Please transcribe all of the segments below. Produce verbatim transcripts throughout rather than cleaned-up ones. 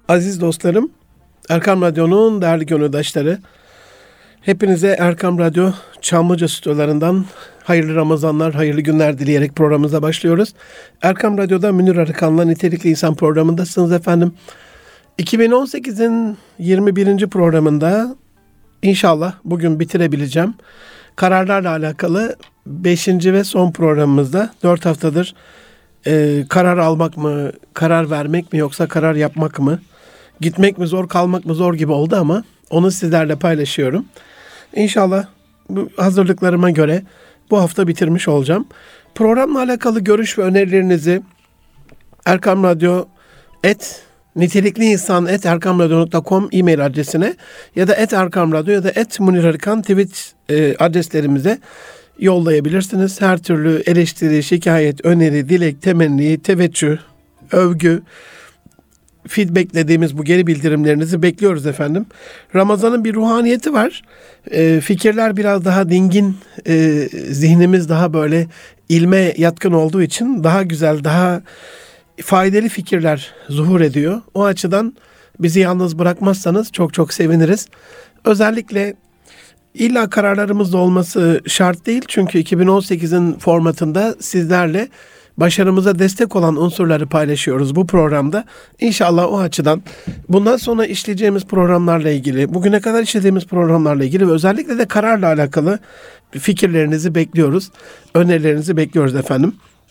Aziz dostlarım, Erkam Radyo'nun değerli gönüldaşları, hepinize Erkam Radyo Çamlıca stüdyolarından hayırlı Ramazanlar, hayırlı günler dileyerek programımıza başlıyoruz. Erkam Radyo'da Münir Arıkan'la Nitelikli İnsan programındasınız efendim. iki bin on sekizin yirmi birinci programında inşallah bugün bitirebileceğim. Kararlarla alakalı beşinci ve son programımızda dört haftadır e, karar almak mı, karar vermek mi yoksa karar yapmak mı, gitmek mi zor, kalmak mı zor gibi oldu ama onu sizlerle paylaşıyorum. İnşallah bu hazırlıklarıma göre bu hafta bitirmiş olacağım. Programla alakalı görüş ve önerilerinizi Erkam Radyo et nitelikli insan et erkamradyo nokta com e-mail adresine ya da et erkamradyo ya da et Münir Arıkan tweet e, adreslerimize yollayabilirsiniz. Her türlü eleştiri, şikayet, öneri, dilek, temenni, teveccüh, övgü, feedback dediğimiz bu geri bildirimlerinizi bekliyoruz efendim. Ramazan'ın bir ruhaniyeti var. E, fikirler biraz daha dingin, e, zihnimiz daha böyle ilme yatkın olduğu için daha güzel, daha faydalı fikirler zuhur ediyor. O açıdan bizi yalnız bırakmazsanız çok çok seviniriz. Özellikle illa kararlarımız da olması şart değil. Çünkü iki bin on sekizin formatında sizlerle başarımıza destek olan unsurları paylaşıyoruz bu programda. İnşallah o açıdan bundan sonra işleyeceğimiz programlarla ilgili, bugüne kadar işlediğimiz programlarla ilgili ve özellikle de kararla alakalı fikirlerinizi bekliyoruz. Önerilerinizi bekliyoruz efendim.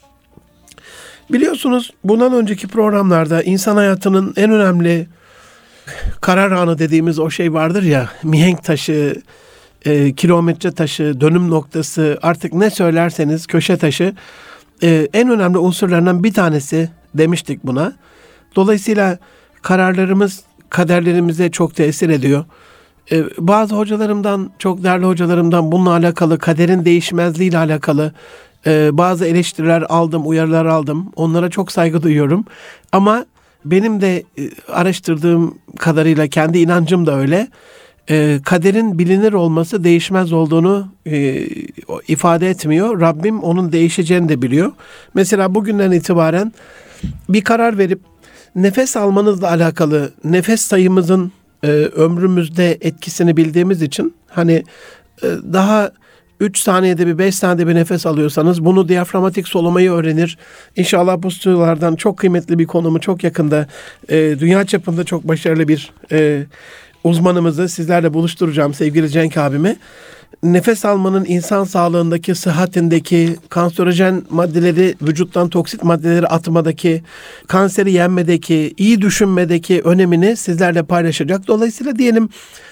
Biliyorsunuz bundan önceki programlarda insan hayatının en önemli karar anı dediğimiz o şey vardır ya, mihenk taşı, e, kilometre taşı, dönüm noktası, artık ne söylerseniz köşe taşı, e, en önemli unsurlarından bir tanesi demiştik buna. Dolayısıyla kararlarımız kaderlerimize çok tesir ediyor. E, bazı hocalarımdan, çok değerli hocalarımdan bununla alakalı, kaderin değişmezliğiyle alakalı Ee, bazı eleştiriler aldım, uyarılar aldım. Onlara çok saygı duyuyorum. Ama benim de e, araştırdığım kadarıyla kendi inancım da öyle. E, kaderin bilinir olması değişmez olduğunu e, ifade etmiyor. Rabbim onun değişeceğini de biliyor. Mesela bugünden itibaren bir karar verip nefes almanızla alakalı nefes sayımızın e, ömrümüzde etkisini bildiğimiz için hani e, daha üç saniyede bir, beş saniyede bir nefes alıyorsanız bunu diyaframatik solumayı öğrenir. İnşallah bu stüdyolardan çok kıymetli bir konumu çok yakında e, dünya çapında çok başarılı bir e, uzmanımızı sizlerle buluşturacağım sevgili Cenk abimi. Nefes almanın insan sağlığındaki, sıhhatindeki, kanserojen maddeleri, vücuttan toksit maddeleri atmadaki, kanseri yenmedeki, iyi düşünmedeki önemini sizlerle paylaşacak. Dolayısıyla diyelim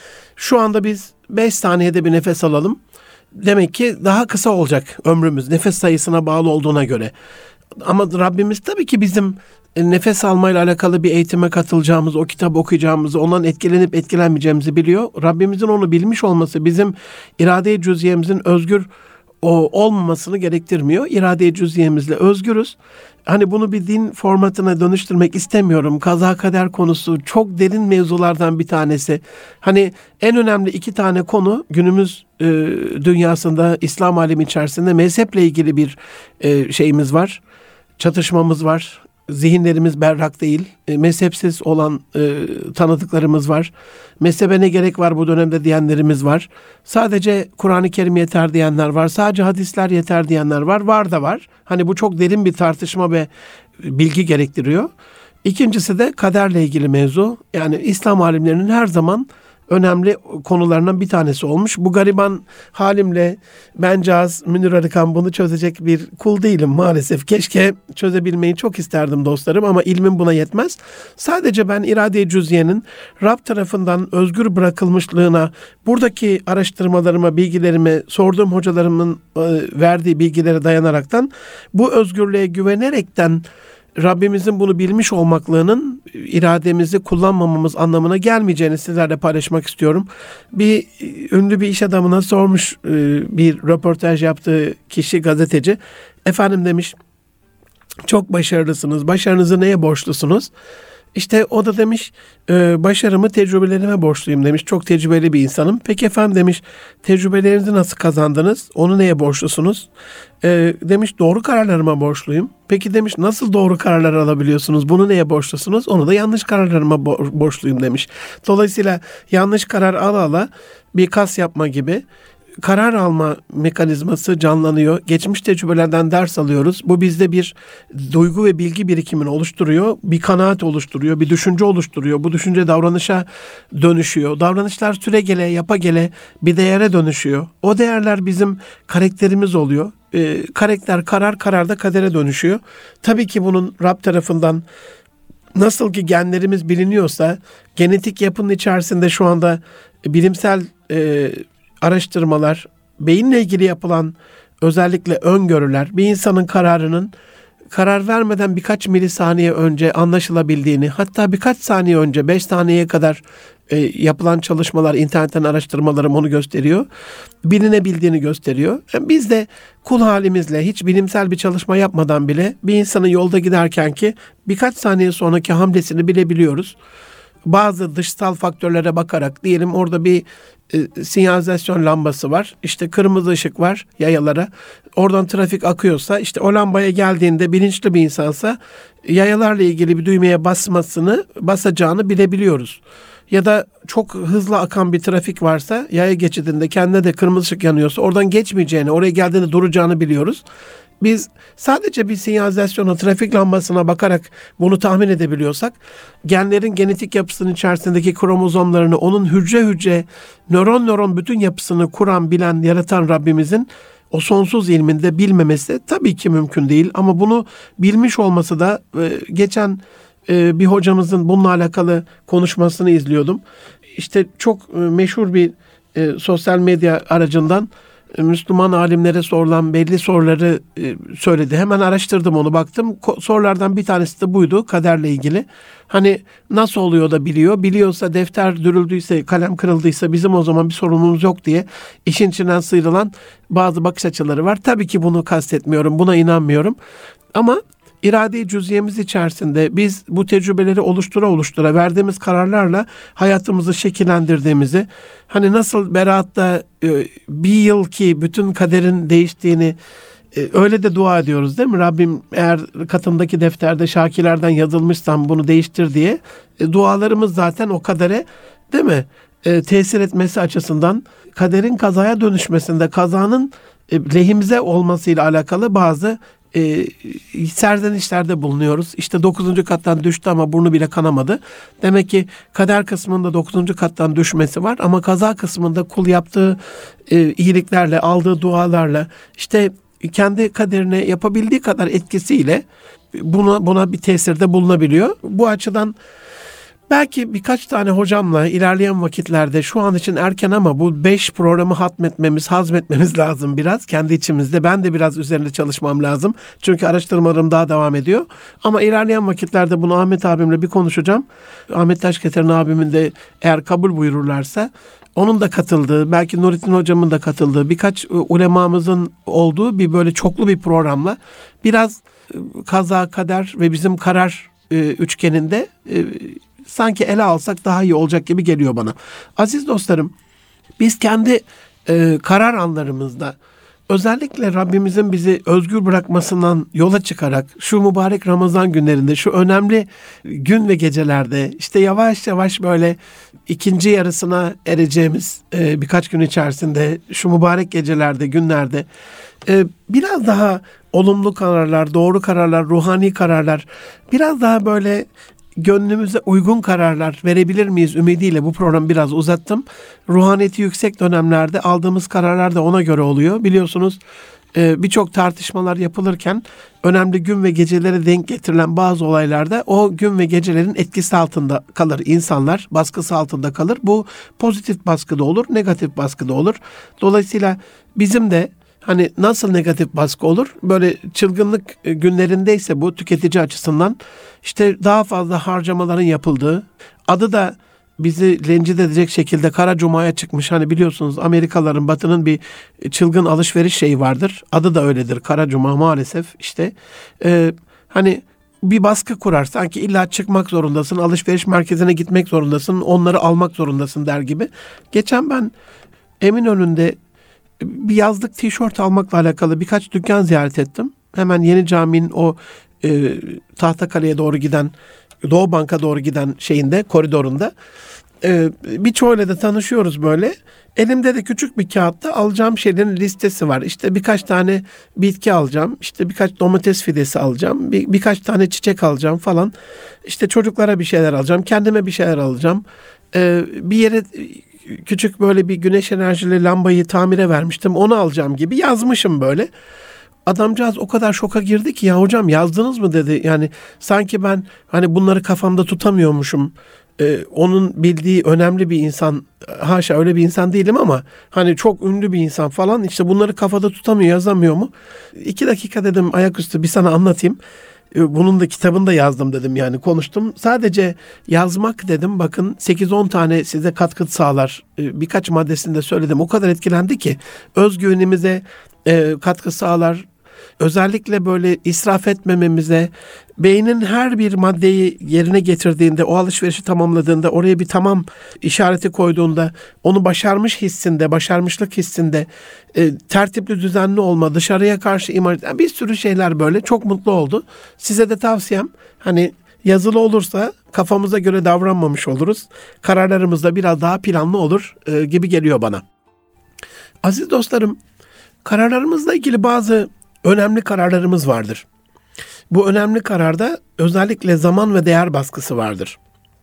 şu anda biz beş saniyede bir nefes alalım. Demek ki daha kısa olacak ömrümüz nefes sayısına bağlı olduğuna göre. Ama Rabbimiz tabii ki bizim nefes almayla alakalı bir eğitime katılacağımız, o kitap okuyacağımızı, ondan etkilenip etkilenmeyeceğimizi biliyor. Rabbimizin onu bilmiş olması bizim irade-i cüziyemizin özgür o olmamasını gerektirmiyor. İrade-i cüziyemizle özgürüz. Hani bunu bir din formatına dönüştürmek istemiyorum. Kaza kader konusu çok derin mevzulardan bir tanesi. Hani en önemli iki tane konu günümüz e, dünyasında, İslam alemi içerisinde mezheple ilgili bir e, şeyimiz var. Çatışmamız var. Zihinlerimiz berrak değil. E, mezhepsiz olan e, tanıdıklarımız var. Mezhebe ne gerek var bu dönemde diyenlerimiz var. Sadece Kur'an-ı Kerim yeter diyenler var. Sadece hadisler yeter diyenler var. Var da var. Hani bu çok derin bir tartışma ve bilgi gerektiriyor. İkincisi de kaderle ilgili mevzu. Yani İslam alimlerinin her zaman önemli konularından bir tanesi olmuş. Bu gariban halimle bencağız Münir Arıkan bunu çözecek bir kul değilim maalesef. Keşke çözebilmeyi çok isterdim dostlarım ama ilmim buna yetmez. Sadece ben irade-i cüziyenin Rab tarafından özgür bırakılmışlığına, buradaki araştırmalarıma, bilgilerime, sorduğum hocalarımın verdiği bilgilere dayanaraktan bu özgürlüğe güvenerekten Rabbimizin bunu bilmiş olmaklığının irademizi kullanmamamız anlamına gelmeyeceğini sizlerle paylaşmak istiyorum. Bir ünlü bir iş adamına sormuş bir röportaj yaptığı kişi, gazeteci. Efendim demiş, çok başarılısınız. Başarınızı neye borçlusunuz? İşte o da demiş e, başarımı tecrübelerime borçluyum demiş. Çok tecrübeli bir insanım. Peki efendim demiş, tecrübelerinizi nasıl kazandınız? Onu neye borçlusunuz? E, demiş doğru kararlarıma borçluyum. Peki demiş nasıl doğru kararlar alabiliyorsunuz? Bunu neye borçlusunuz? Onu da yanlış kararlarıma bo- borçluyum demiş. Dolayısıyla yanlış karar ala ala bir kas yapma gibi karar alma mekanizması canlanıyor. Geçmiş tecrübelerden ders alıyoruz. Bu bizde bir duygu ve bilgi birikimini oluşturuyor. Bir kanaat oluşturuyor. Bir düşünce oluşturuyor. Bu düşünce davranışa dönüşüyor. Davranışlar süre gele, yapa gele bir değere dönüşüyor. O değerler bizim karakterimiz oluyor. Ee, karakter karar, karar da kadere dönüşüyor. Tabii ki bunun Rab tarafından nasıl ki genlerimiz biliniyorsa, genetik yapının içerisinde şu anda bilimsel e, araştırmalar, beyinle ilgili yapılan özellikle öngörüler, bir insanın kararının karar vermeden birkaç milisaniye önce anlaşılabildiğini, hatta birkaç saniye önce, beş saniyeye kadar e, yapılan çalışmalar, internetten araştırmalarım onu gösteriyor. Bilinebildiğini gösteriyor. Yani biz de kul halimizle hiç bilimsel bir çalışma yapmadan bile bir insanın yolda giderken ki birkaç saniye sonraki hamlesini bilebiliyoruz. Bazı dışsal faktörlere bakarak, diyelim orada bir e, sinyalizasyon lambası var. İşte kırmızı ışık var yayalara. Oradan trafik akıyorsa, işte o lambaya geldiğinde bilinçli bir insansa yayalarla ilgili bir düğmeye basmasını, basacağını bilebiliyoruz. Ya da çok hızlı akan bir trafik varsa, yaya geçidinde kendine de kırmızı ışık yanıyorsa oradan geçmeyeceğini, oraya geldiğinde duracağını biliyoruz. Biz sadece bir sinyalizasyona, trafik lambasına bakarak bunu tahmin edebiliyorsak, genlerin genetik yapısının içerisindeki kromozomlarını, onun hücre hücre, nöron nöron bütün yapısını kuran, bilen, yaratan Rabbimizin o sonsuz ilminde bilmemesi tabii ki mümkün değil. Ama bunu bilmiş olması da, geçen bir hocamızın bununla alakalı konuşmasını izliyordum. İşte çok meşhur bir sosyal medya aracından Müslüman alimlere sorulan belli soruları e, söyledi. Hemen araştırdım onu, baktım. Ko- sorulardan bir tanesi de buydu, kaderle ilgili. Hani nasıl oluyor da biliyor? Biliyorsa, defter dürüldüyse, kalem kırıldıysa bizim o zaman bir sorunumuz yok diye işin içinden sıyrılan bazı bakış açıları var. Tabii ki bunu kastetmiyorum, buna inanmıyorum. Ama İrade-i cüziyemiz içerisinde biz bu tecrübeleri oluştura oluştura verdiğimiz kararlarla hayatımızı şekillendirdiğimizi, hani nasıl Berat'ta e, bir yıl ki bütün kaderin değiştiğini, e, öyle de dua ediyoruz değil mi? Rabbim eğer katındaki defterde şakilerden yazılmışsam bunu değiştir diye, e, dualarımız zaten o kadere değil mi? E, tesir etmesi açısından, kaderin kazaya dönüşmesinde, kazanın e, lehimize olmasıyla alakalı bazı E, serzenişlerde bulunuyoruz. İşte dokuzuncu kattan düştü ama burnu bile kanamadı. Demek ki kader kısmında dokuzuncu kattan düşmesi var ama kaza kısmında kul yaptığı e, iyiliklerle, aldığı dualarla, işte kendi kaderine yapabildiği kadar etkisiyle buna, buna bir tesirde bulunabiliyor. Bu açıdan belki birkaç tane hocamla ilerleyen vakitlerde, şu an için erken ama bu beş programı hatmetmemiz, hazmetmemiz lazım biraz kendi içimizde. Ben de biraz üzerinde çalışmam lazım. Çünkü araştırmalarım daha devam ediyor. Ama ilerleyen vakitlerde bunu Ahmet abimle bir konuşacağım. Ahmet Taşketer'in abimin de eğer kabul buyururlarsa, onun da katıldığı, belki Nurettin hocamın da katıldığı, birkaç ulemamızın olduğu bir böyle çoklu bir programla biraz kaza, kader ve bizim karar e, üçgeninde e, sanki ele alsak daha iyi olacak gibi geliyor bana. Aziz dostlarım, biz kendi e, karar anlarımızda, özellikle Rabbimizin bizi özgür bırakmasından yola çıkarak şu mübarek Ramazan günlerinde, şu önemli gün ve gecelerde, işte yavaş yavaş böyle ikinci yarısına ereceğimiz e, birkaç gün içerisinde, şu mübarek gecelerde, günlerde e, biraz daha olumlu kararlar, doğru kararlar, ruhani kararlar, biraz daha böyle gönlümüze uygun kararlar verebilir miyiz ümidiyle bu programı biraz uzattım. Ruhaniyeti yüksek dönemlerde aldığımız kararlar da ona göre oluyor. Biliyorsunuz birçok tartışmalar yapılırken önemli gün ve gecelere denk getirilen bazı olaylarda o gün ve gecelerin etkisi altında kalır insanlar, baskısı altında kalır. Bu pozitif baskıda olur, negatif baskıda olur. Dolayısıyla bizim de hani nasıl negatif baskı olur? Böyle çılgınlık günlerindeyse bu tüketici açısından işte daha fazla harcamaların yapıldığı, adı da bizi rencide edecek şekilde Kara Cuma'ya çıkmış. Hani biliyorsunuz Amerikalıların, Batı'nın bir çılgın alışveriş şeyi vardır. Adı da öyledir, Kara Cuma maalesef işte. Ee, hani bir baskı kurar. Sanki illa çıkmak zorundasın, alışveriş merkezine gitmek zorundasın, onları almak zorundasın der gibi. Geçen ben Eminönü'nde bir yazlık tişört almakla alakalı birkaç dükkan ziyaret ettim. Hemen Yeni Cami'nin o e, Tahtakale'ye doğru giden, Doğu Bank'a doğru giden şeyinde, koridorunda. E, birçoğuyla da tanışıyoruz böyle. Elimde de küçük bir kağıtta alacağım şeylerin listesi var. İşte birkaç tane bitki alacağım. İşte birkaç domates fidesi alacağım. Bir, birkaç tane çiçek alacağım falan. İşte çocuklara bir şeyler alacağım. Kendime bir şeyler alacağım. Ee, bir yere küçük böyle bir güneş enerjili lambayı tamire vermiştim. Onu alacağım gibi yazmışım böyle. Adamcağız o kadar şoka girdi ki, ya hocam yazdınız mı dedi. Yani sanki ben hani bunları kafamda tutamıyormuşum. Ee, onun bildiği önemli bir insan, haşa öyle bir insan değilim ama hani çok ünlü bir insan falan, işte bunları kafada tutamıyor, yazamıyor mu? İki dakika dedim ayaküstü bir sana anlatayım. Ee, bunun da kitabını da yazdım dedim, yani konuştum. Sadece yazmak dedim, bakın sekiz on tane size katkı sağlar. Ee, birkaç maddesini de söyledim. O kadar etkilendi ki özgüvenimize e, katkı sağlar. Özellikle böyle israf etmememize, beynin her bir maddeyi yerine getirdiğinde, o alışverişi tamamladığında, oraya bir tamam işareti koyduğunda, onu başarmış hissinde, başarmışlık hissinde, e, tertipli düzenli olma, dışarıya karşı imaj, yani bir sürü şeyler böyle, çok mutlu oldu. Size de tavsiyem, hani yazılı olursa kafamıza göre davranmamış oluruz. Kararlarımız da biraz daha planlı olur e, gibi geliyor bana. Aziz dostlarım, kararlarımızla ilgili bazı önemli kararlarımız vardır. Bu önemli kararda özellikle zaman ve değer baskısı vardır.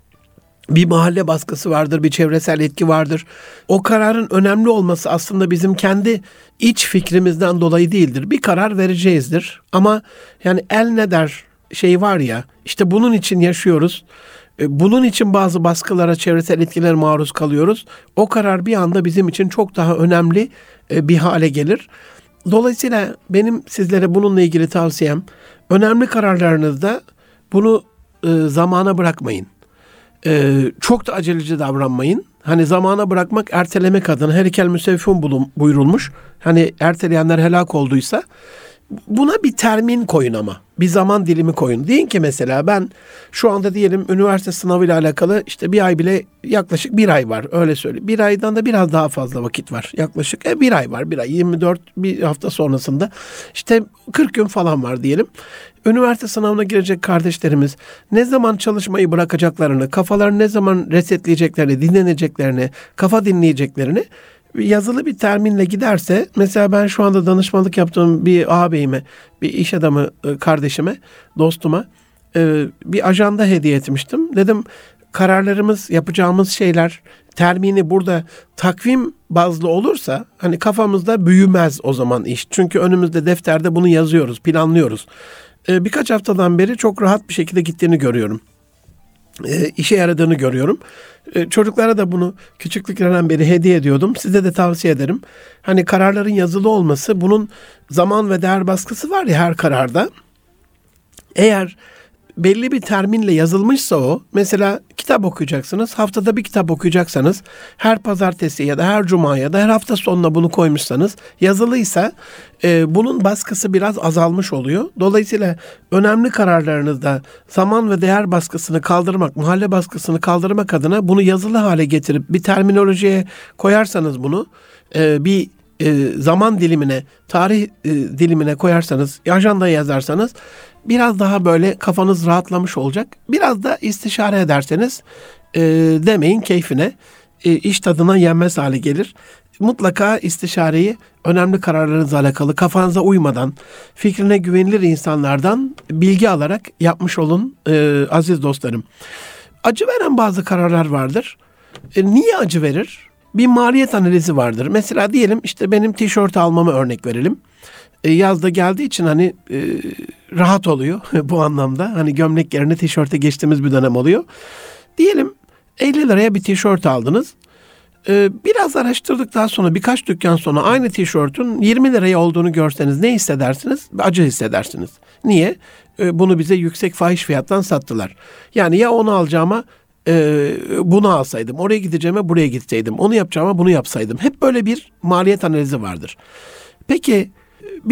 Bir mahalle baskısı vardır, bir çevresel etki vardır. O kararın önemli olması aslında bizim kendi iç fikrimizden dolayı değildir. Bir karar vereceğizdir. Ama yani el ne der şey var ya, işte bunun için yaşıyoruz. Bunun için bazı baskılara, çevresel etkilere maruz kalıyoruz. O karar bir anda bizim için çok daha önemli bir hale gelir. Dolayısıyla benim sizlere bununla ilgili tavsiyem, önemli kararlarınızda bunu e, zamana bırakmayın. E, çok da aceleci davranmayın. Hani zamana bırakmak ertelemek adına herikel müsevvifun buyurulmuş. Hani erteleyenler helak olduysa buna bir termin koyun ama. Bir zaman dilimi koyun. Deyin ki mesela ben şu anda diyelim üniversite sınavıyla alakalı işte bir ay bile, yaklaşık bir ay var, öyle söyleyeyim. Bir aydan da biraz daha fazla vakit var. Yaklaşık e, bir ay var. Bir ay, yirmi dört, bir hafta sonrasında işte kırk gün falan var diyelim. Üniversite sınavına girecek kardeşlerimiz ne zaman çalışmayı bırakacaklarını, kafalarını ne zaman resetleyeceklerini, dinleneceklerini, kafa dinleyeceklerini yazılı bir terminle giderse, mesela ben şu anda danışmanlık yaptığım bir ağabeyime, bir iş adamı kardeşime, dostuma bir ajanda hediye etmiştim. Dedim kararlarımız, yapacağımız şeyler termini burada takvim bazlı olursa hani kafamızda büyümez o zaman iş. Çünkü önümüzde defterde bunu yazıyoruz, planlıyoruz. Birkaç haftadan beri çok rahat bir şekilde gittiğini görüyorum. E, işe yaradığını görüyorum. E, çocuklara da bunu küçüklüklerden beri hediye ediyordum. Size de tavsiye ederim. Hani kararların yazılı olması, bunun zaman ve değer baskısı var ya her kararda. Eğer belli bir terminle yazılmışsa o, mesela kitap okuyacaksınız. Haftada bir kitap okuyacaksanız, her pazartesi ya da her cuma ya da her hafta sonuna bunu koymuşsanız, yazılıysa e, bunun baskısı biraz azalmış oluyor. Dolayısıyla önemli kararlarınızda zaman ve değer baskısını kaldırmak, mahalle baskısını kaldırmak adına bunu yazılı hale getirip bir terminolojiye koyarsanız, bunu e, bir e, zaman dilimine, tarih e, dilimine koyarsanız, ajandaya yazarsanız, biraz daha böyle kafanız rahatlamış olacak. Biraz da istişare ederseniz e, demeyin keyfine, e, iş tadına yenmez hale gelir. Mutlaka istişareyi önemli kararlarınızla alakalı kafanıza uymadan, fikrine güvenilir insanlardan bilgi alarak yapmış olun e, aziz dostlarım. Acı veren bazı kararlar vardır. E, niye acı verir? Bir maliyet analizi vardır. Mesela diyelim işte benim tişört almamı örnek verelim. E, yazda geldiği için hani e, rahat oluyor bu anlamda. Hani gömlek yerine tişörte geçtiğimiz bir dönem oluyor. Diyelim elli liraya bir tişört aldınız. E, biraz araştırdıktan sonra, birkaç dükkan sonra aynı tişörtün yirmi liraya olduğunu görseniz ne hissedersiniz? Acı hissedersiniz. Niye? E, bunu bize yüksek fahiş fiyattan sattılar. Yani ya onu alacağıma e, bunu alsaydım, oraya gideceğime buraya gitseydim, onu yapacağıma bunu yapsaydım. Hep böyle bir maliyet analizi vardır. Peki biz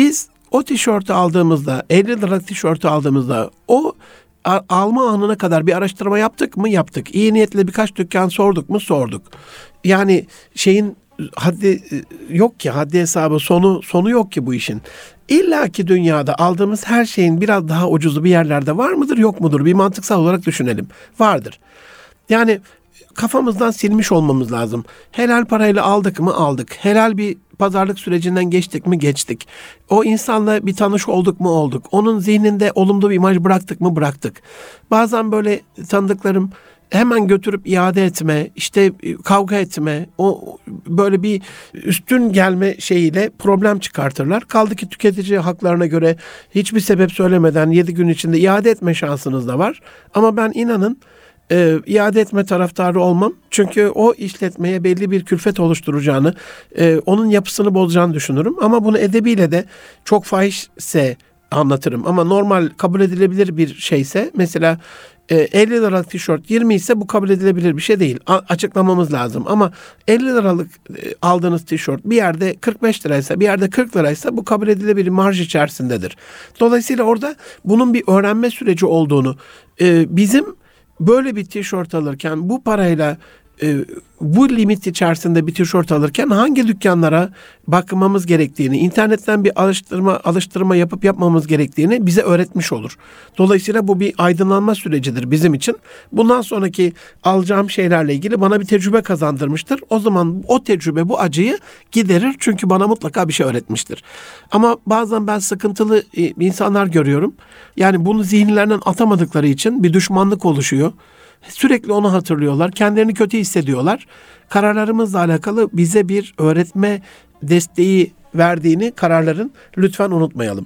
o tişörtü aldığımızda, elli liralık tişörtü aldığımızda o a- alma anına kadar bir araştırma yaptık mı? Yaptık. İyi niyetle birkaç dükkan sorduk mu? Sorduk. Yani şeyin haddi yok ki, haddi hesabı, sonu sonu yok ki bu işin. İlla ki dünyada aldığımız her şeyin biraz daha ucuzu bir yerlerde var mıdır, yok mudur? Bir mantıksal olarak düşünelim. Vardır. Yani kafamızdan silmiş olmamız lazım. Helal parayla aldık mı? Aldık. Helal bir pazarlık sürecinden geçtik mi? Geçtik. O insanla bir tanış olduk mu? Olduk. Onun zihninde olumlu bir imaj bıraktık mı? Bıraktık. Bazen böyle tanıdıklarım hemen götürüp iade etme, işte kavga etme, o böyle bir üstün gelme şeyiyle problem çıkartırlar. Kaldı ki tüketici haklarına göre hiçbir sebep söylemeden yedi gün içinde iade etme şansınız da var. Ama ben inanın e, iade etme taraftarı olmam. Çünkü o işletmeye belli bir külfet oluşturacağını, e, onun yapısını bozacağını düşünürüm. Ama bunu edebiyle de çok fahişse anlatırım. Ama normal kabul edilebilir bir şeyse, mesela elli liralık tişört yirmi ise bu kabul edilebilir bir şey değil. A- açıklamamız lazım. Ama elli liralık aldığınız tişört bir yerde kırk beş liraysa, bir yerde kırk liraysa bu kabul edilebilir bir marj içerisindedir. Dolayısıyla orada bunun bir öğrenme süreci olduğunu, e, bizim böyle bir tişört alırken bu parayla e, bu limit içerisinde bir tişört alırken hangi dükkanlara bakmamız gerektiğini, internetten bir alıştırma alıştırma yapıp yapmamamız gerektiğini bize öğretmiş olur. Dolayısıyla bu bir aydınlanma sürecidir bizim için. Bundan sonraki alacağım şeylerle ilgili bana bir tecrübe kazandırmıştır. O zaman o tecrübe bu acıyı giderir, çünkü bana mutlaka bir şey öğretmiştir. Ama bazen ben sıkıntılı insanlar görüyorum. Yani bunu zihinlerinden atamadıkları için bir düşmanlık oluşuyor. Sürekli onu hatırlıyorlar. Kendilerini kötü hissediyorlar. Kararlarımızla alakalı bize bir öğretme desteği verdiğini kararların lütfen unutmayalım.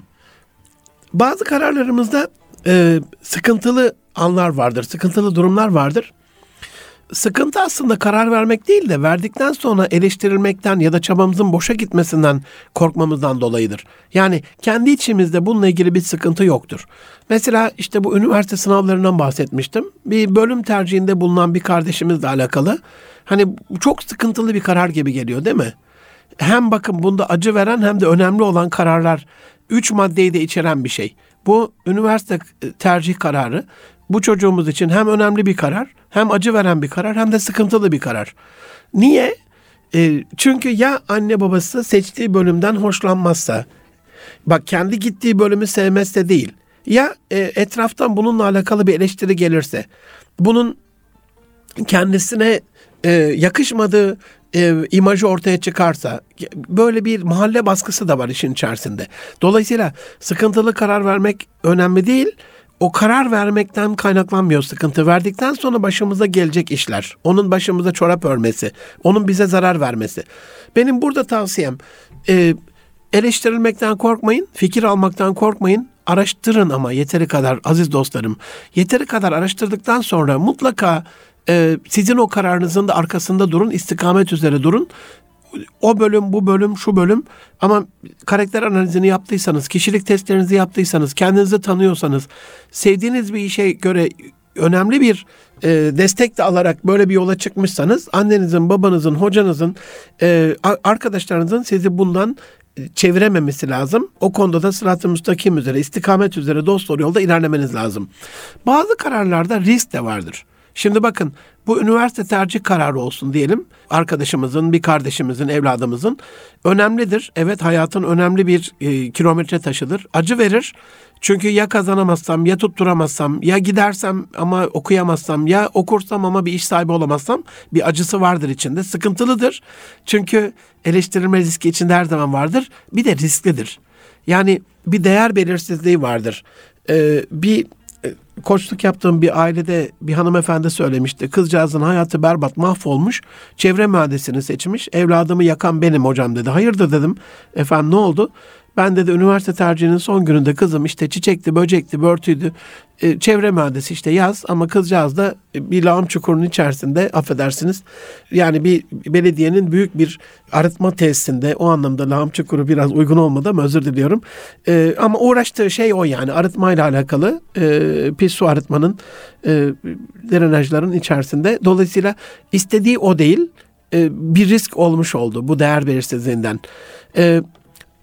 Bazı kararlarımızda e, sıkıntılı anlar vardır, sıkıntılı durumlar vardır. Sıkıntı aslında karar vermek değil de verdikten sonra eleştirilmekten ya da çabamızın boşa gitmesinden korkmamızdan dolayıdır. Yani kendi içimizde bununla ilgili bir sıkıntı yoktur. Mesela işte bu üniversite sınavlarından bahsetmiştim. Bir bölüm tercihinde bulunan bir kardeşimizle alakalı. Hani çok sıkıntılı bir karar gibi geliyor, değil mi? Hem bakın bunda acı veren hem de önemli olan kararlar, üç maddeyi de içeren bir şey. Bu üniversite tercih kararı bu çocuğumuz için hem önemli bir karar, hem acı veren bir karar, hem de sıkıntılı bir karar. Niye? E, çünkü ya anne babası seçtiği bölümden hoşlanmazsa, bak kendi gittiği bölümü sevmezse değil, ya e, etraftan bununla alakalı bir eleştiri gelirse, bunun kendisine e, yakışmadığı e, imajı ortaya çıkarsa, böyle bir mahalle baskısı da var işin içerisinde. Dolayısıyla sıkıntılı karar vermek önemli değil. O karar vermekten kaynaklanmıyor sıkıntı. Verdikten sonra başımıza gelecek işler. Onun başımıza çorap örmesi. Onun bize zarar vermesi. Benim burada tavsiyem, e, eleştirilmekten korkmayın. Fikir almaktan korkmayın. Araştırın ama yeteri kadar aziz dostlarım. Yeteri kadar araştırdıktan sonra mutlaka e, sizin o kararınızın da arkasında durun. İstikamet üzere durun. O bölüm, bu bölüm, şu bölüm, ama karakter analizini yaptıysanız, kişilik testlerinizi yaptıysanız, kendinizi tanıyorsanız, sevdiğiniz bir işe göre önemli bir e, destek de alarak böyle bir yola çıkmışsanız, annenizin, babanızın, hocanızın, e, arkadaşlarınızın sizi bundan çevirememesi lazım. O konuda da sırat-ı müstakim üzere, istikamet üzere dosdoğru yolda ilerlemeniz lazım. Bazı kararlarda risk de vardır. Şimdi bakın, bu üniversite tercih kararı olsun diyelim. Arkadaşımızın, bir kardeşimizin, evladımızın önemlidir. Evet, hayatın önemli bir e, kilometre taşıdır. Acı verir. Çünkü ya kazanamazsam, ya tutturamazsam, ya gidersem ama okuyamazsam, ya okursam ama bir iş sahibi olamazsam, bir acısı vardır içinde. Sıkıntılıdır. Çünkü eleştirilme riski içinde her zaman vardır. Bir de risklidir. Yani bir değer belirsizliği vardır. Ee, bir koçluk yaptığım bir ailede bir hanımefendi söylemişti. Kızcağızın hayatı berbat, mahvolmuş. Çevre mühendisini seçmiş. Evladımı yakan benim hocam dedi. Hayırdır dedim. Efendim ne oldu? Ben dedi üniversite tercihinin son gününde kızım işte çiçekti, böcekti, börtüydü. E, çevre mühendisi işte yaz, ama kızcağız da bir lağım çukurunun içerisinde, affedersiniz. Yani bir belediyenin büyük bir arıtma tesisinde, o anlamda lağım çukuru biraz uygun olmadı ama özür diliyorum. E, ama uğraştığı şey o, yani arıtmayla alakalı, e, pis su arıtmanın e, drenajların içerisinde. Dolayısıyla istediği o değil, e, bir risk olmuş oldu bu değer belirsizliğinden. E,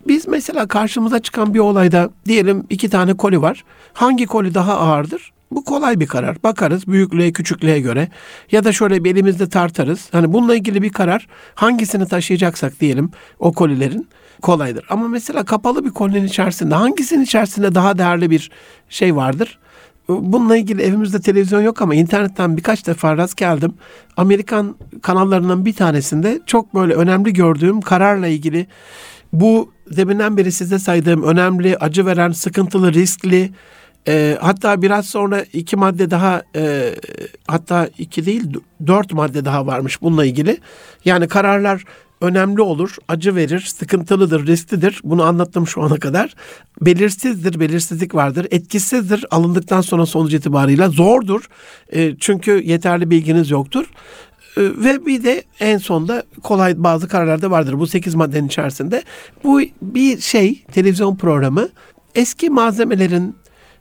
Biz mesela karşımıza çıkan bir olayda diyelim iki tane koli var. Hangi koli daha ağırdır? Bu kolay bir karar. Bakarız büyüklüğe, küçüklüğe göre ya da şöyle bir elimizde tartarız. Hani bununla ilgili bir karar hangisini taşıyacaksak diyelim o kolilerin kolaydır. Ama mesela kapalı bir kolinin içerisinde hangisinin içerisinde daha değerli bir şey vardır? Bununla ilgili evimizde televizyon yok ama internetten birkaç defa rast geldim. Amerikan kanallarından bir tanesinde çok böyle önemli gördüğüm kararla ilgili bu deminden beri size saydığım önemli, acı veren, sıkıntılı, riskli, e, hatta biraz sonra iki madde daha e, hatta iki değil dört madde daha varmış bununla ilgili. Yani kararlar önemli olur, acı verir, sıkıntılıdır, risklidir. Bunu anlattım şu ana kadar. Belirsizdir, belirsizlik vardır. Etkisizdir, alındıktan sonra sonuç itibarıyla zordur. E, çünkü yeterli bilginiz yoktur. E, ve bir de en sonda kolay bazı kararlarda vardır. Bu sekiz maddenin içerisinde. Bu bir şey, televizyon programı. Eski malzemelerin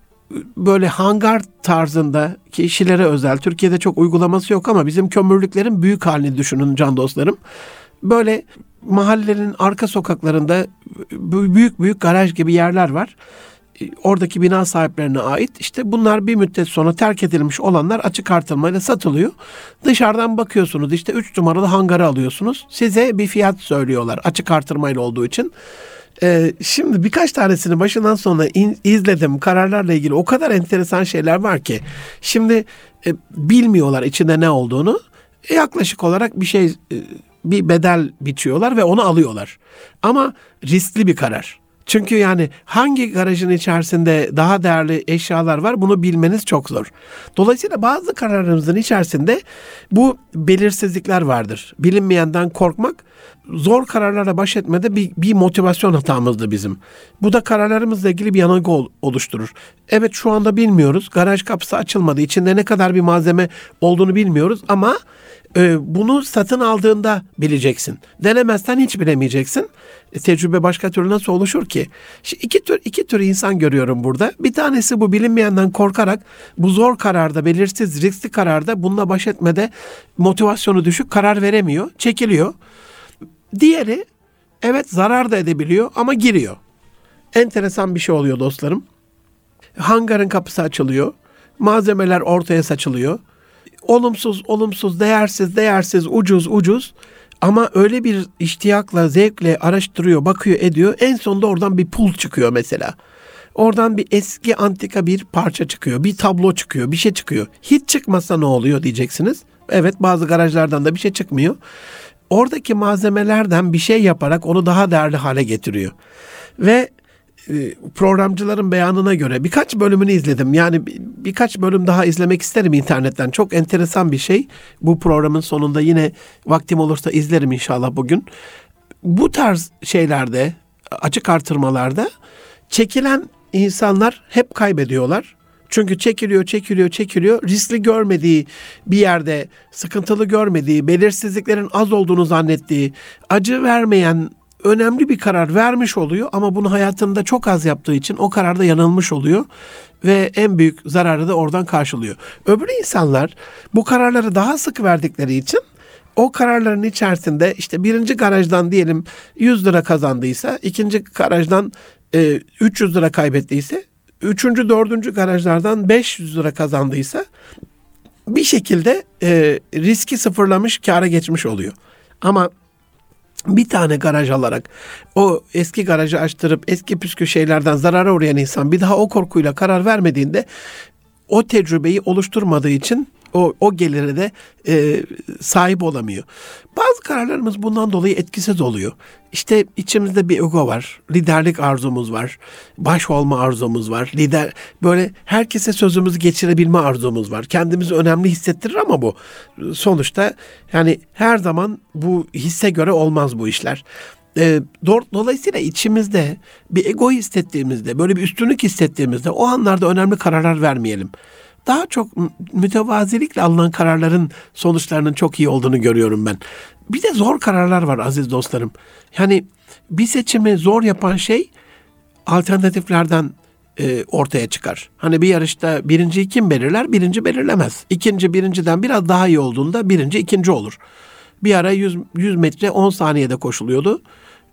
böyle hangar tarzında ki işçilere özel, Türkiye'de çok uygulaması yok ama bizim kömürlüklerin büyük halini düşünün can dostlarım. Böyle mahallenin arka sokaklarında büyük büyük garaj gibi yerler var. Oradaki bina sahiplerine ait. İşte bunlar bir müddet sonra terk edilmiş olanlar açık artırmayla satılıyor. Dışarıdan bakıyorsunuz işte üç numaralı hangarı alıyorsunuz. Size bir fiyat söylüyorlar açık artırmayla olduğu için. Ee, şimdi birkaç tanesini başından sona in, izledim. Kararlarla ilgili o kadar enteresan şeyler var ki. Şimdi e, bilmiyorlar içinde ne olduğunu. E, yaklaşık olarak bir şey... E, bir bedel biçiyorlar ve onu alıyorlar. Ama riskli bir karar. Çünkü yani hangi garajın içerisinde daha değerli eşyalar var bunu bilmeniz çok zor. Dolayısıyla bazı kararlarımızın içerisinde bu belirsizlikler vardır. Bilinmeyenden korkmak zor kararlarla baş etmede bir, bir motivasyon hatamızdı bizim. Bu da kararlarımızla ilgili bir yanılgı oluşturur. Evet şu anda bilmiyoruz. Garaj kapısı açılmadı. İçinde ne kadar bir malzeme olduğunu bilmiyoruz ama e, bunu satın aldığında bileceksin. Denemezsen hiç bilemeyeceksin. E, tecrübe başka türlü nasıl oluşur ki? Şimdi iki tür iki tür insan görüyorum burada. Bir tanesi bu bilinmeyenden korkarak bu zor kararda, belirsiz, riskli kararda bununla baş etmede motivasyonu düşük, karar veremiyor, çekiliyor. Diğeri evet zarar da edebiliyor ama giriyor. Enteresan bir şey oluyor dostlarım. Hangarın kapısı açılıyor. Malzemeler ortaya saçılıyor. Olumsuz, olumsuz, değersiz, değersiz, ucuz, ucuz. Ama öyle bir iştiyakla, zevkle araştırıyor, bakıyor, ediyor. En sonunda oradan bir pul çıkıyor mesela. Oradan bir eski antika bir parça çıkıyor. Bir tablo çıkıyor, bir şey çıkıyor. Hiç çıkmasa ne oluyor diyeceksiniz. Evet bazı garajlardan da bir şey çıkmıyor. Oradaki malzemelerden bir şey yaparak onu daha değerli hale getiriyor. Ve e, programcıların beyanına göre birkaç bölümünü izledim. Yani bir, birkaç bölüm daha izlemek isterim internetten. Çok enteresan bir şey. Bu programın sonunda yine vaktim olursa izlerim inşallah bugün. Bu tarz şeylerde, açık artırmalarda çekilen insanlar hep kaybediyorlar. Çünkü çekiliyor, çekiliyor, çekiliyor. Riskli görmediği bir yerde, sıkıntılı görmediği, belirsizliklerin az olduğunu zannettiği, acı vermeyen önemli bir karar vermiş oluyor. Ama bunu hayatında çok az yaptığı için o kararda yanılmış oluyor. Ve en büyük zararı da oradan karşılıyor. Öbür insanlar bu kararları daha sık verdikleri için o kararların içerisinde işte birinci garajdan diyelim yüz lira kazandıysa, ikinci garajdan e, üç yüz lira kaybettiyse, üçüncü, dördüncü garajlardan beş yüz lira kazandıysa bir şekilde e, riski sıfırlamış, kâra geçmiş oluyor. Ama bir tane garaj alarak o eski garajı açtırıp eski püskü şeylerden zarara uğrayan insan bir daha o korkuyla karar vermediğinde o tecrübeyi oluşturmadığı için o, o gelire de e, sahip olamıyor. Bazı kararlarımız bundan dolayı etkisiz oluyor. İşte içimizde bir ego var, liderlik arzumuz var, baş olma arzumuz var, lider böyle herkese sözümüzü geçirebilme arzumuz var. Kendimizi önemli hissettirir ama bu sonuçta yani her zaman bu hisse göre olmaz bu işler. E, dolayısıyla içimizde bir ego hissettiğimizde, böyle bir üstünlük hissettiğimizde o anlarda önemli kararlar vermeyelim. Daha çok mütevazilikle alınan kararların sonuçlarının çok iyi olduğunu görüyorum ben. Bir de zor kararlar var aziz dostlarım. Yani bir seçimi zor yapan şey alternatiflerden e, ortaya çıkar. Hani bir yarışta birinciyi kim belirler? Birinci belirlemez. İkinci birinciden biraz daha iyi olduğunda birinci ikinci olur. Bir ara yüz, yüz metre on saniyede koşuluyordu.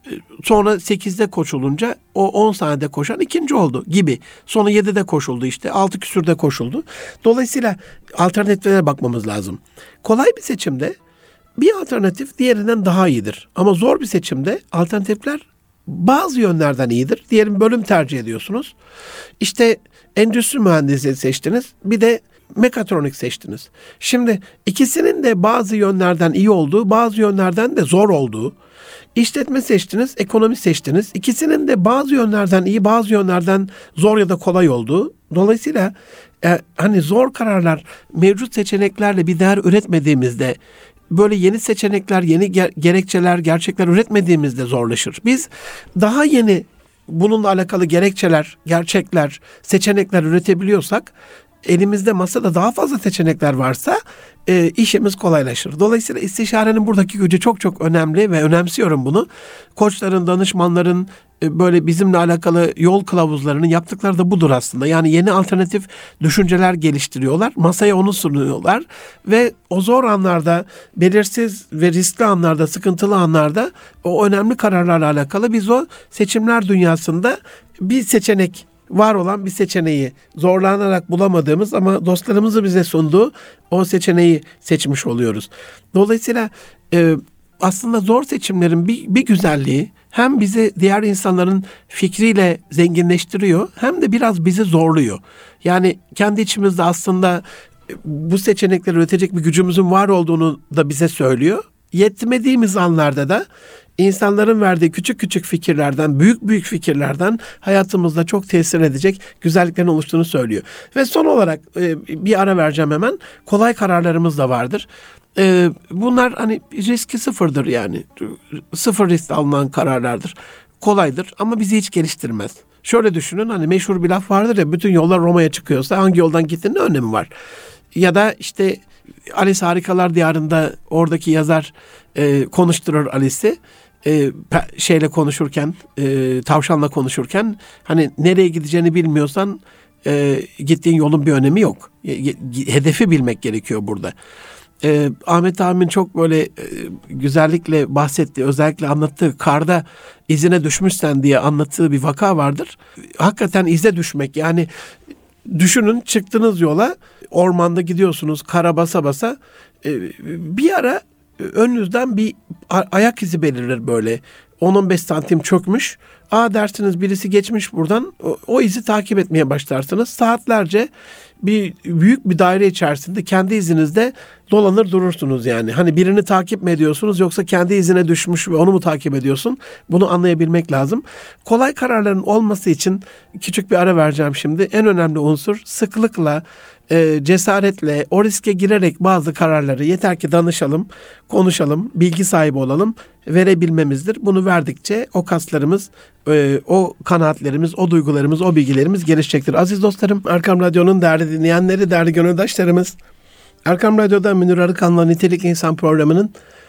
Sonra sekizde koşulunca o on saniyede koşan ikinci oldu gibi. Sonra yedide koşuldu işte. altı küsürde koşuldu. Dolayısıyla alternatiflere bakmamız lazım. Kolay bir seçimde bir alternatif diğerinden daha iyidir. Ama zor bir seçimde alternatifler bazı yönlerden iyidir. Diyelim bölüm tercih ediyorsunuz. İşte endüstri mühendisliği seçtiniz. Bir de mekatronik seçtiniz. Şimdi ikisinin de bazı yönlerden iyi olduğu, bazı yönlerden de zor olduğu. İşletme seçtiniz, ekonomi seçtiniz. İkisinin de bazı yönlerden iyi, bazı yönlerden zor ya da kolay olduğu. Dolayısıyla e, hani zor kararlar mevcut seçeneklerle bir değer üretmediğimizde, böyle yeni seçenekler, yeni ger- gerekçeler, gerçekler üretmediğimizde zorlaşır. Biz daha yeni bununla alakalı gerekçeler, gerçekler, seçenekler üretebiliyorsak, elimizde masada daha fazla seçenekler varsa e, işimiz kolaylaşır. Dolayısıyla istişarenin buradaki gücü çok çok önemli ve önemsiyorum bunu. Koçların, danışmanların e, böyle bizimle alakalı yol kılavuzlarının yaptıkları da budur aslında. Yani yeni alternatif düşünceler geliştiriyorlar. Masaya onu sunuyorlar ve o zor anlarda, belirsiz ve riskli anlarda, sıkıntılı anlarda o önemli kararlarla alakalı biz o seçimler dünyasında bir seçenek, var olan bir seçeneği zorlanarak bulamadığımız ama dostlarımızı bize sunduğu o seçeneği seçmiş oluyoruz. Dolayısıyla e, aslında zor seçimlerin bir, bir güzelliği hem bizi diğer insanların fikriyle zenginleştiriyor hem de biraz bizi zorluyor. Yani kendi içimizde aslında bu seçenekleri üretecek bir gücümüzün var olduğunu da bize söylüyor. Yetmediğimiz anlarda da İnsanların verdiği küçük küçük fikirlerden, büyük büyük fikirlerden hayatımızda çok tesir edecek güzelliklerin oluştuğunu söylüyor. Ve son olarak e, bir ara vereceğim hemen. Kolay kararlarımız da vardır. E, bunlar hani riski sıfırdır yani. Sıfır risk alınan kararlardır. Kolaydır ama bizi hiç geliştirmez. Şöyle düşünün, hani meşhur bir laf vardır ya, bütün yollar Roma'ya çıkıyorsa hangi yoldan gittiğinin ne önemi var? Ya da işte Alice Harikalar Diyarı'nda oradaki yazar e, konuşturur Alice'i. E, şeyle konuşurken, e, tavşanla konuşurken, hani nereye gideceğini bilmiyorsan e, gittiğin yolun bir önemi yok. E, hedefi bilmek gerekiyor burada. E, Ahmet abimin çok böyle e, güzellikle bahsettiği, özellikle anlattığı karda izine düşmüşsen diye anlattığı bir vaka vardır. Hakikaten ize düşmek, yani düşünün, çıktınız yola, ormanda gidiyorsunuz, kara basa basa, e, bir ara önünüzden bir ayak izi belirir böyle. on on beş santim çökmüş. Aa dersiniz, birisi geçmiş buradan. O, o izi takip etmeye başlarsınız. Saatlerce bir büyük bir daire içerisinde kendi izinizde dolanır durursunuz yani. Hani birini takip mi ediyorsunuz yoksa kendi izine düşmüş ve onu mu takip ediyorsun? Bunu anlayabilmek lazım. Kolay kararların olması için küçük bir ara vereceğim şimdi. En önemli unsur sıklıkla, e, cesaretle, o riske girerek bazı kararları, yeter ki danışalım, konuşalım, bilgi sahibi olalım, verebilmemizdir. Bunu verdikçe o kaslarımız, e, o kanaatlerimiz, o duygularımız, o bilgilerimiz gelişecektir. Aziz dostlarım, Erkam Radyo'nun değerli dinleyenleri, değerli gönüldaşlarımız, Erkam Radyo'da Münir Arıkan'la Nitelik İnsan programının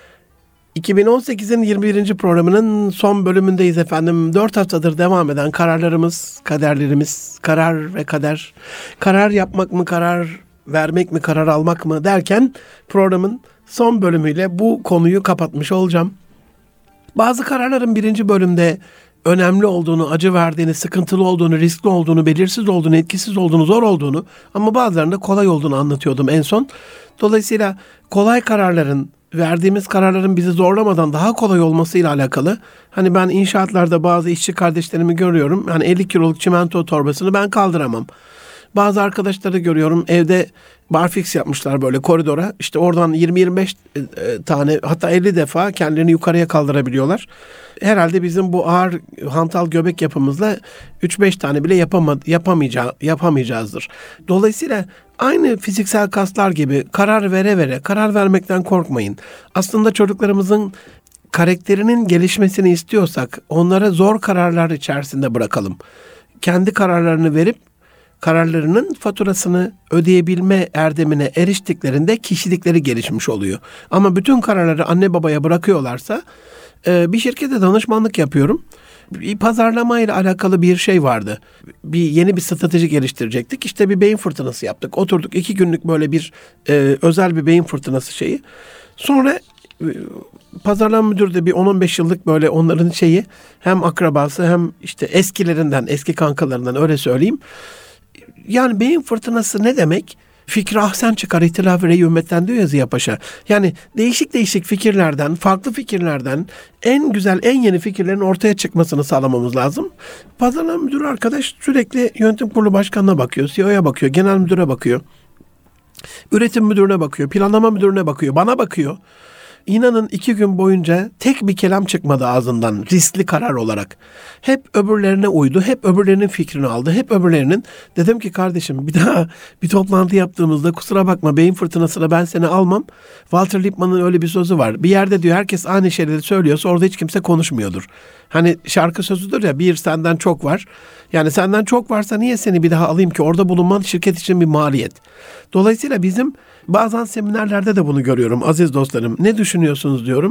iki bin on sekizin yirmi birinci programının son bölümündeyiz efendim. dört haftadır devam eden kararlarımız, kaderlerimiz, karar ve kader, karar yapmak mı, karar vermek mi, karar almak mı derken programın son bölümüyle bu konuyu kapatmış olacağım. Bazı kararların birinci bölümde önemli olduğunu, acı verdiğini, sıkıntılı olduğunu, riskli olduğunu, belirsiz olduğunu, etkisiz olduğunu, zor olduğunu, ama bazılarında kolay olduğunu anlatıyordum en son. Dolayısıyla kolay kararların, verdiğimiz kararların bizi zorlamadan daha kolay olmasıyla alakalı. Hani ben inşaatlarda bazı işçi kardeşlerimi görüyorum. Yani elli kiloluk çimento torbasını ben kaldıramam. Bazı arkadaşları görüyorum, evde barfix yapmışlar böyle koridora. İşte oradan yirmi yirmi beş tane, hatta elli defa kendilerini yukarıya kaldırabiliyorlar. Herhalde bizim bu ağır hantal göbek yapımızla üç beş tane bile yapama, yapamayacağı, yapamayacağızdır. Dolayısıyla aynı fiziksel kaslar gibi karar vere vere, karar vermekten korkmayın. Aslında çocuklarımızın karakterinin gelişmesini istiyorsak onlara zor kararlar içerisinde bırakalım. Kendi kararlarını verip kararlarının faturasını ödeyebilme erdemine eriştiklerinde kişilikleri gelişmiş oluyor. Ama bütün kararları anne babaya bırakıyorlarsa, bir şirkete danışmanlık yapıyorum. Bir pazarlama ile alakalı bir şey vardı. Bir yeni bir strateji geliştirecektik. İşte bir beyin fırtınası yaptık. Oturduk iki günlük böyle bir e, özel bir beyin fırtınası şeyi. Sonra pazarlama müdürü de bir on on beş yıllık böyle onların şeyi, hem akrabası hem işte eskilerinden, eski kankalarından, öyle söyleyeyim. Yani beyin fırtınası ne demek? Fikri ahsen çıkar, ihtilaf-ı rey ümmetten diyor ya Ziya Paşa. Yani değişik değişik fikirlerden, farklı fikirlerden en güzel, en yeni fikirlerin ortaya çıkmasını sağlamamız lazım. Pazarlama müdürü arkadaş sürekli yönetim kurulu başkanına bakıyor, C E O'ya bakıyor, genel müdüre bakıyor, üretim müdürüne bakıyor, planlama müdürüne bakıyor, bana bakıyor. İnanın iki gün boyunca tek bir kelam çıkmadı ağzından riskli karar olarak. Hep öbürlerine uydu, hep öbürlerinin fikrini aldı, hep öbürlerinin. Dedim ki kardeşim, bir daha bir toplantı yaptığımızda kusura bakma, beyin fırtınasına ben seni almam. Walter Lippmann'ın öyle bir sözü var. Bir yerde diyor herkes aynı şeyleri söylüyorsa orada hiç kimse konuşmuyordur. Hani şarkı sözüdür ya, bir senden çok var. Yani senden çok varsa niye seni bir daha alayım ki? Orada bulunman şirket için bir maliyet. Dolayısıyla bizim bazen seminerlerde de bunu görüyorum aziz dostlarım. Ne düşünüyorsunuz diyorum.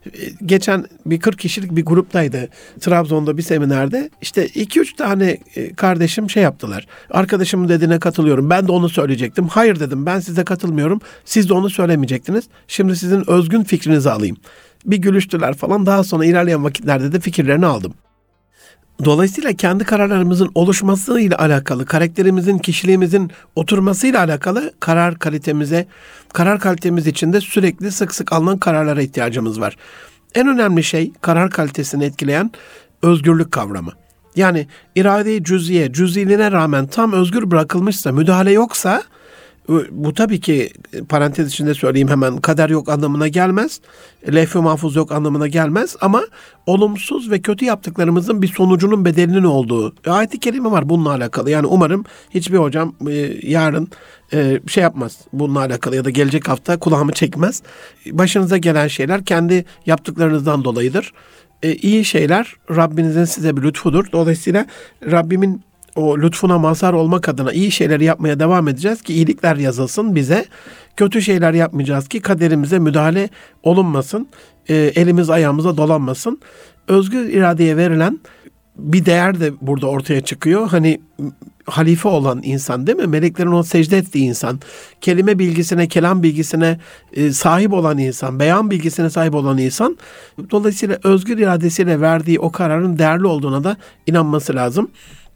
Geçen bir kırk kişilik bir gruptaydı Trabzon'da bir seminerde. İşte iki üç tane kardeşim şey yaptılar. Arkadaşımın dediğine katılıyorum. Ben de onu söyleyecektim. Hayır dedim, ben size katılmıyorum. Siz de onu söylemeyecektiniz. Şimdi sizin özgün fikrinizi alayım. Bir gülüştüler falan. Daha sonra ilerleyen vakitlerde de fikirlerini aldım. Dolayısıyla kendi kararlarımızın oluşmasıyla alakalı, karakterimizin, kişiliğimizin oturmasıyla alakalı karar kalitemize, karar kalitemiz için de sürekli sık sık alınan kararlara ihtiyacımız var. En önemli şey karar kalitesini etkileyen özgürlük kavramı. Yani irade-i cüz'iye, cüz'iliğine rağmen tam özgür bırakılmışsa, müdahale yoksa, bu tabii ki parantez içinde söyleyeyim hemen, kader yok anlamına gelmez. Levh-i mahfuz yok anlamına gelmez. Ama olumsuz ve kötü yaptıklarımızın bir sonucunun bedelinin olduğu ayet-i kerime var bununla alakalı. Yani umarım hiçbir hocam e, yarın e, şey yapmaz bununla alakalı ya da gelecek hafta kulağımı çekmez. Başınıza gelen şeyler kendi yaptıklarınızdan dolayıdır. E, iyi şeyler Rabbinizin size bir lütfudur. Dolayısıyla Rabbimin o lütfuna mazhar olmak adına iyi şeyleri yapmaya devam edeceğiz ki iyilikler yazılsın bize. Kötü şeyler yapmayacağız ki kaderimize müdahale olunmasın. E, elimiz ayağımıza dolanmasın. Özgür iradeye verilen bir değer de burada ortaya çıkıyor. Hani halife olan insan değil mi? Meleklerin ona secde ettiği insan. Kelime bilgisine, kelam bilgisine e, sahip olan insan. Beyan bilgisine sahip olan insan. Dolayısıyla özgür iradesiyle verdiği o kararın değerli olduğuna da inanması lazım.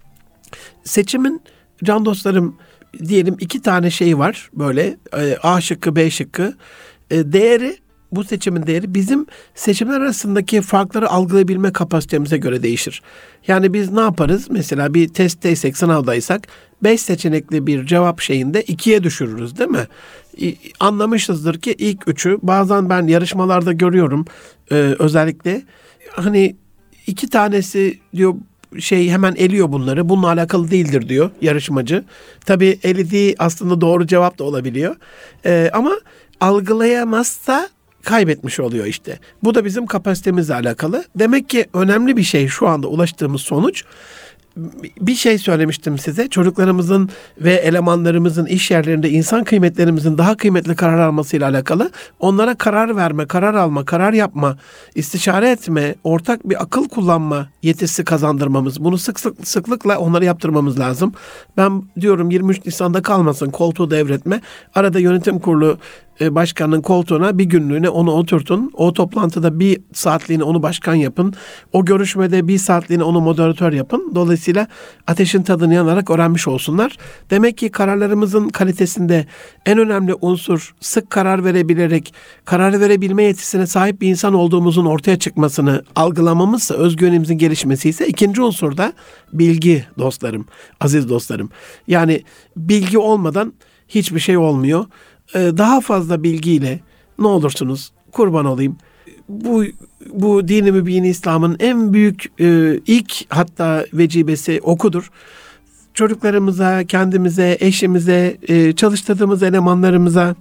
Seçimin can dostlarım diyelim iki tane şey var böyle e, A şıkkı B şıkkı e, değeri, bu seçimin değeri bizim seçimler arasındaki farkları algılayabilme kapasitemize göre değişir. Yani biz ne yaparız? Mesela bir testteysek, sınavdaysak beş seçenekli bir cevap şeyinde ikiye düşürürüz değil mi? E, anlamışızdır ki ilk üçü, bazen ben yarışmalarda görüyorum e, özellikle hani iki tanesi diyor şey hemen eliyor bunları. Bununla alakalı değildir diyor yarışmacı. Tabii elediği aslında doğru cevap da olabiliyor. Ee, ama algılayamazsa kaybetmiş oluyor işte. Bu da bizim kapasitemizle alakalı. Demek ki önemli bir şey şu anda ulaştığımız sonuç. Bir şey söylemiştim size. Çocuklarımızın ve elemanlarımızın iş yerlerinde insan kıymetlerimizin daha kıymetli karar almasıyla alakalı. Onlara karar verme, karar alma, karar yapma, istişare etme, ortak bir akıl kullanma yetisi kazandırmamız. Bunu sık sık sıklıkla onlara yaptırmamız lazım. Ben diyorum yirmi üç Nisan'da kalmasın, koltuğu devretme. Arada yönetim kurulu başkanın koltuğuna bir günlüğüne onu oturtun. O toplantıda bir saatliğine onu başkan yapın. O görüşmede bir saatliğine onu moderatör yapın. Dolayısıyla ateşin tadını yanarak öğrenmiş olsunlar. Demek ki kararlarımızın kalitesinde en önemli unsur sık karar verebilerek karar verebilme yetisine sahip bir insan olduğumuzun ortaya çıkmasını algılamamızsa, özgüvenimizin gelişmesi ise ikinci unsur da bilgi dostlarım, aziz dostlarım. Yani bilgi olmadan hiçbir şey olmuyor. Daha fazla bilgiyle ne olursunuz kurban olayım. Bu bu dini mübin İslam'ın en büyük e, ilk hatta vecibesi okudur. Çocuklarımıza, kendimize, eşimize, e, çalıştırdığımız elemanlarımıza,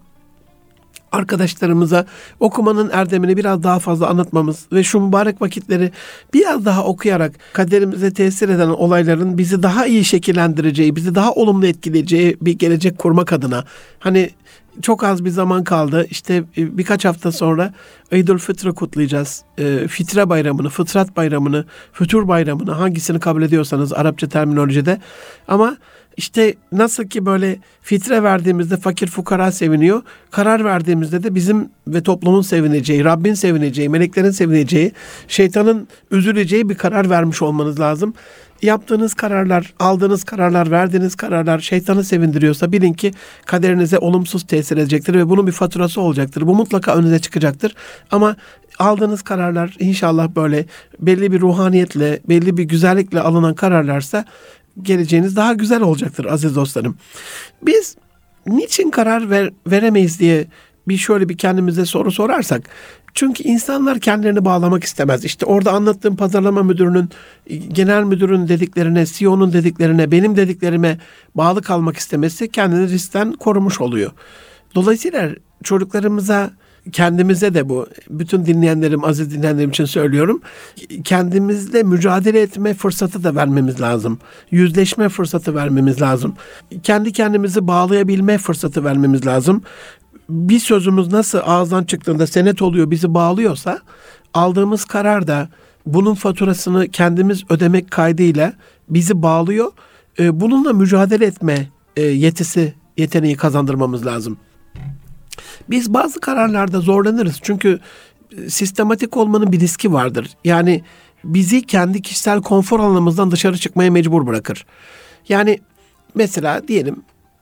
arkadaşlarımıza okumanın erdemini biraz daha fazla anlatmamız ve şu mübarek vakitleri biraz daha okuyarak kaderimize tesir eden olayların bizi daha iyi şekillendireceği, bizi daha olumlu etkileyeceği bir gelecek kurmak adına, hani çok az bir zaman kaldı. İşte birkaç hafta sonra Eidülfitr'ı kutlayacağız. E, Fitre bayramını, Fıtrat bayramını, Fütur bayramını, hangisini kabul ediyorsanız Arapça terminolojide. Ama İşte nasıl ki böyle fitre verdiğimizde fakir fukara seviniyor, karar verdiğimizde de bizim ve toplumun sevineceği, Rabbin sevineceği, meleklerin sevineceği, şeytanın üzüleceği bir karar vermiş olmanız lazım. Yaptığınız kararlar, aldığınız kararlar, verdiğiniz kararlar şeytanı sevindiriyorsa bilin ki kaderinize olumsuz tesir edecektir ve bunun bir faturası olacaktır. Bu mutlaka önünüze çıkacaktır. Ama aldığınız kararlar inşallah böyle belli bir ruhaniyetle, belli bir güzellikle alınan kararlarsa geleceğiniz daha güzel olacaktır aziz dostlarım. Biz niçin karar ver, veremeyiz diye bir şöyle bir kendimize soru sorarsak, çünkü insanlar kendilerini bağlamak istemez. İşte orada anlattığım pazarlama müdürünün, genel müdürün dediklerine, C E O'nun dediklerine, benim dediklerime bağlı kalmak istemesi kendini riskten korumuş oluyor. Dolayısıyla çocuklarımıza, kendimize de bu, bütün dinleyenlerim, aziz dinleyenlerim için söylüyorum, kendimizle mücadele etme fırsatı da vermemiz lazım. Yüzleşme fırsatı vermemiz lazım. Kendi kendimizi bağlayabilme fırsatı vermemiz lazım. Bir sözümüz nasıl ağızdan çıktığında senet oluyor, bizi bağlıyorsa, aldığımız karar da bunun faturasını kendimiz ödemek kaydıyla bizi bağlıyor. Bununla mücadele etme yetisi, yeteneği kazandırmamız lazım. Biz bazı kararlarda zorlanırız çünkü sistematik olmanın bir riski vardır. Yani bizi kendi kişisel konfor alanımızdan dışarı çıkmaya mecbur bırakır. Yani mesela diyelim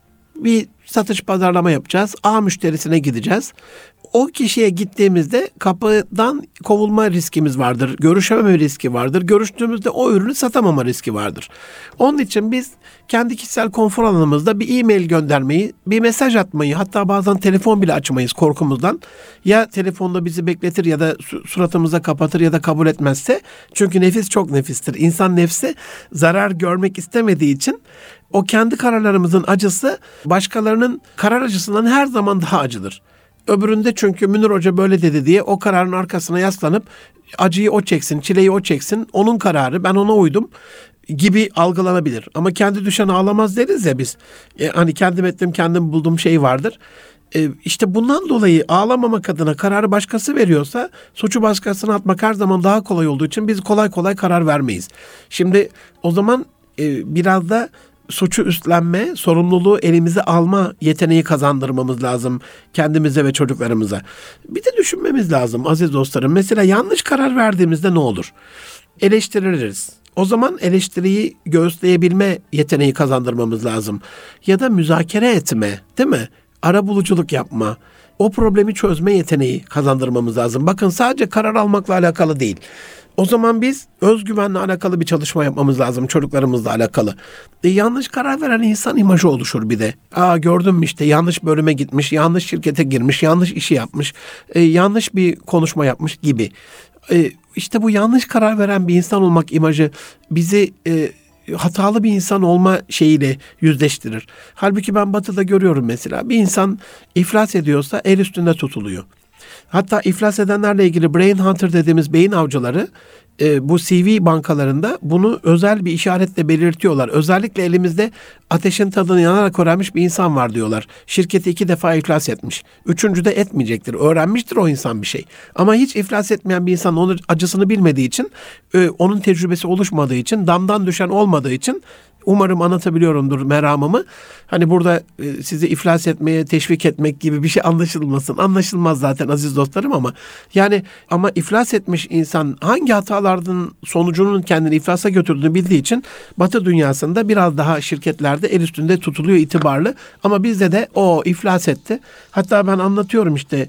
bir satış pazarlama yapacağız. A müşterisine gideceğiz. O kişiye gittiğimizde kapıdan kovulma riskimiz vardır. Görüşememe riski vardır. Görüştüğümüzde o ürünü satamama riski vardır. Onun için biz kendi kişisel konfor alanımızda bir e-mail göndermeyi, bir mesaj atmayı, hatta bazen telefon bile açmayız korkumuzdan. Ya telefonda bizi bekletir ya da suratımıza kapatır ya da kabul etmezse. Çünkü nefis çok nefistir. İnsan nefsi zarar görmek istemediği için o kendi kararlarımızın acısı başkalarının karar acısından her zaman daha acıdır. Öbüründe çünkü Münir Hoca böyle dedi diye o kararın arkasına yaslanıp acıyı o çeksin, çileyi o çeksin, onun kararı, ben ona uydum gibi algılanabilir. Ama kendi düşen ağlamaz deriz ya biz. E, hani kendim ettim, kendim buldum şey vardır. E, işte bundan dolayı ağlamamak adına kararı başkası veriyorsa suçu başkasına atmak her zaman daha kolay olduğu için biz kolay kolay karar vermeyiz. Şimdi o zaman e, biraz da suçu üstlenme, sorumluluğu elimize alma yeteneği kazandırmamız lazım kendimize ve çocuklarımıza. Bir de düşünmemiz lazım aziz dostlarım. Mesela yanlış karar verdiğimizde ne olur? Eleştiririz. O zaman eleştiriyi göğüsleyebilme yeteneği kazandırmamız lazım. Ya da müzakere etme, değil mi? Arabuluculuk yapma. O problemi çözme yeteneği kazandırmamız lazım. Bakın sadece karar almakla alakalı değil. O zaman biz özgüvenle alakalı bir çalışma yapmamız lazım çocuklarımızla alakalı. E, yanlış karar veren insan imajı oluşur bir de. Aa gördün mü işte yanlış bölüme gitmiş, yanlış şirkete girmiş, yanlış işi yapmış, e, yanlış bir konuşma yapmış gibi. E, işte bu yanlış karar veren bir insan olmak imajı bizi e, hatalı bir insan olma şeyiyle yüzleştirir. Halbuki ben Batı'da görüyorum mesela bir insan iflas ediyorsa el üstünde tutuluyor. Hatta iflas edenlerle ilgili brain hunter dediğimiz beyin avcıları e, bu C V bankalarında bunu özel bir işaretle belirtiyorlar. Özellikle elimizde ateşin tadını yanarak öğrenmiş bir insan var diyorlar. Şirketi iki defa iflas etmiş. Üçüncü de etmeyecektir. Öğrenmiştir o insan bir şey. Ama hiç iflas etmeyen bir insan onun acısını bilmediği için, e, onun tecrübesi oluşmadığı için, damdan düşen olmadığı için, umarım anlatabiliyorumdur meramımı. Hani burada e, sizi iflas etmeye teşvik etmek gibi bir şey anlaşılmasın. Anlaşılmaz zaten aziz dostlarım ama yani ama iflas etmiş insan hangi hatalardan sonucunun kendini iflasa götürdüğünü bildiği için Batı dünyasında biraz daha şirketlerde el üstünde tutuluyor, itibarlı. Ama bizde de o iflas etti. Hatta ben anlatıyorum işte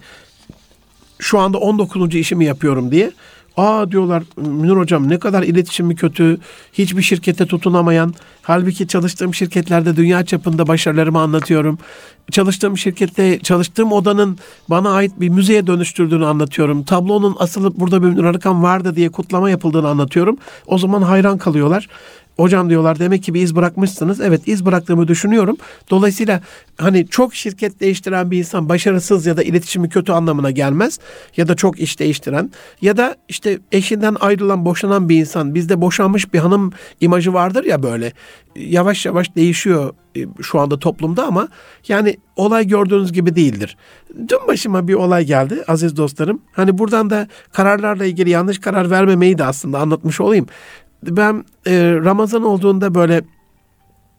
şu anda on dokuzuncu işimi yapıyorum diye. Aa diyorlar Münir hocam ne kadar iletişimi kötü, hiçbir şirkete tutunamayan, halbuki çalıştığım şirketlerde dünya çapında başarılarımı anlatıyorum. Çalıştığım şirkette çalıştığım odanın bana ait bir müzeye dönüştürdüğünü anlatıyorum. Tablonun asılıp burada bir Münir Arıkan vardı diye kutlama yapıldığını anlatıyorum. O zaman hayran kalıyorlar. Hocam diyorlar demek ki bir iz bırakmışsınız. Evet, iz bıraktığımı düşünüyorum. Dolayısıyla hani çok şirket değiştiren bir insan başarısız ya da iletişimi kötü anlamına gelmez. Ya da çok iş değiştiren ya da işte eşinden ayrılan, boşanan bir insan. Bizde boşanmış bir hanım imajı vardır ya böyle. Yavaş yavaş değişiyor şu anda toplumda ama yani olay gördüğünüz gibi değildir. Dün başıma bir olay geldi aziz dostlarım. Hani buradan da kararlarla ilgili yanlış karar vermemeyi de aslında anlatmış olayım. Ben e, Ramazan olduğunda böyle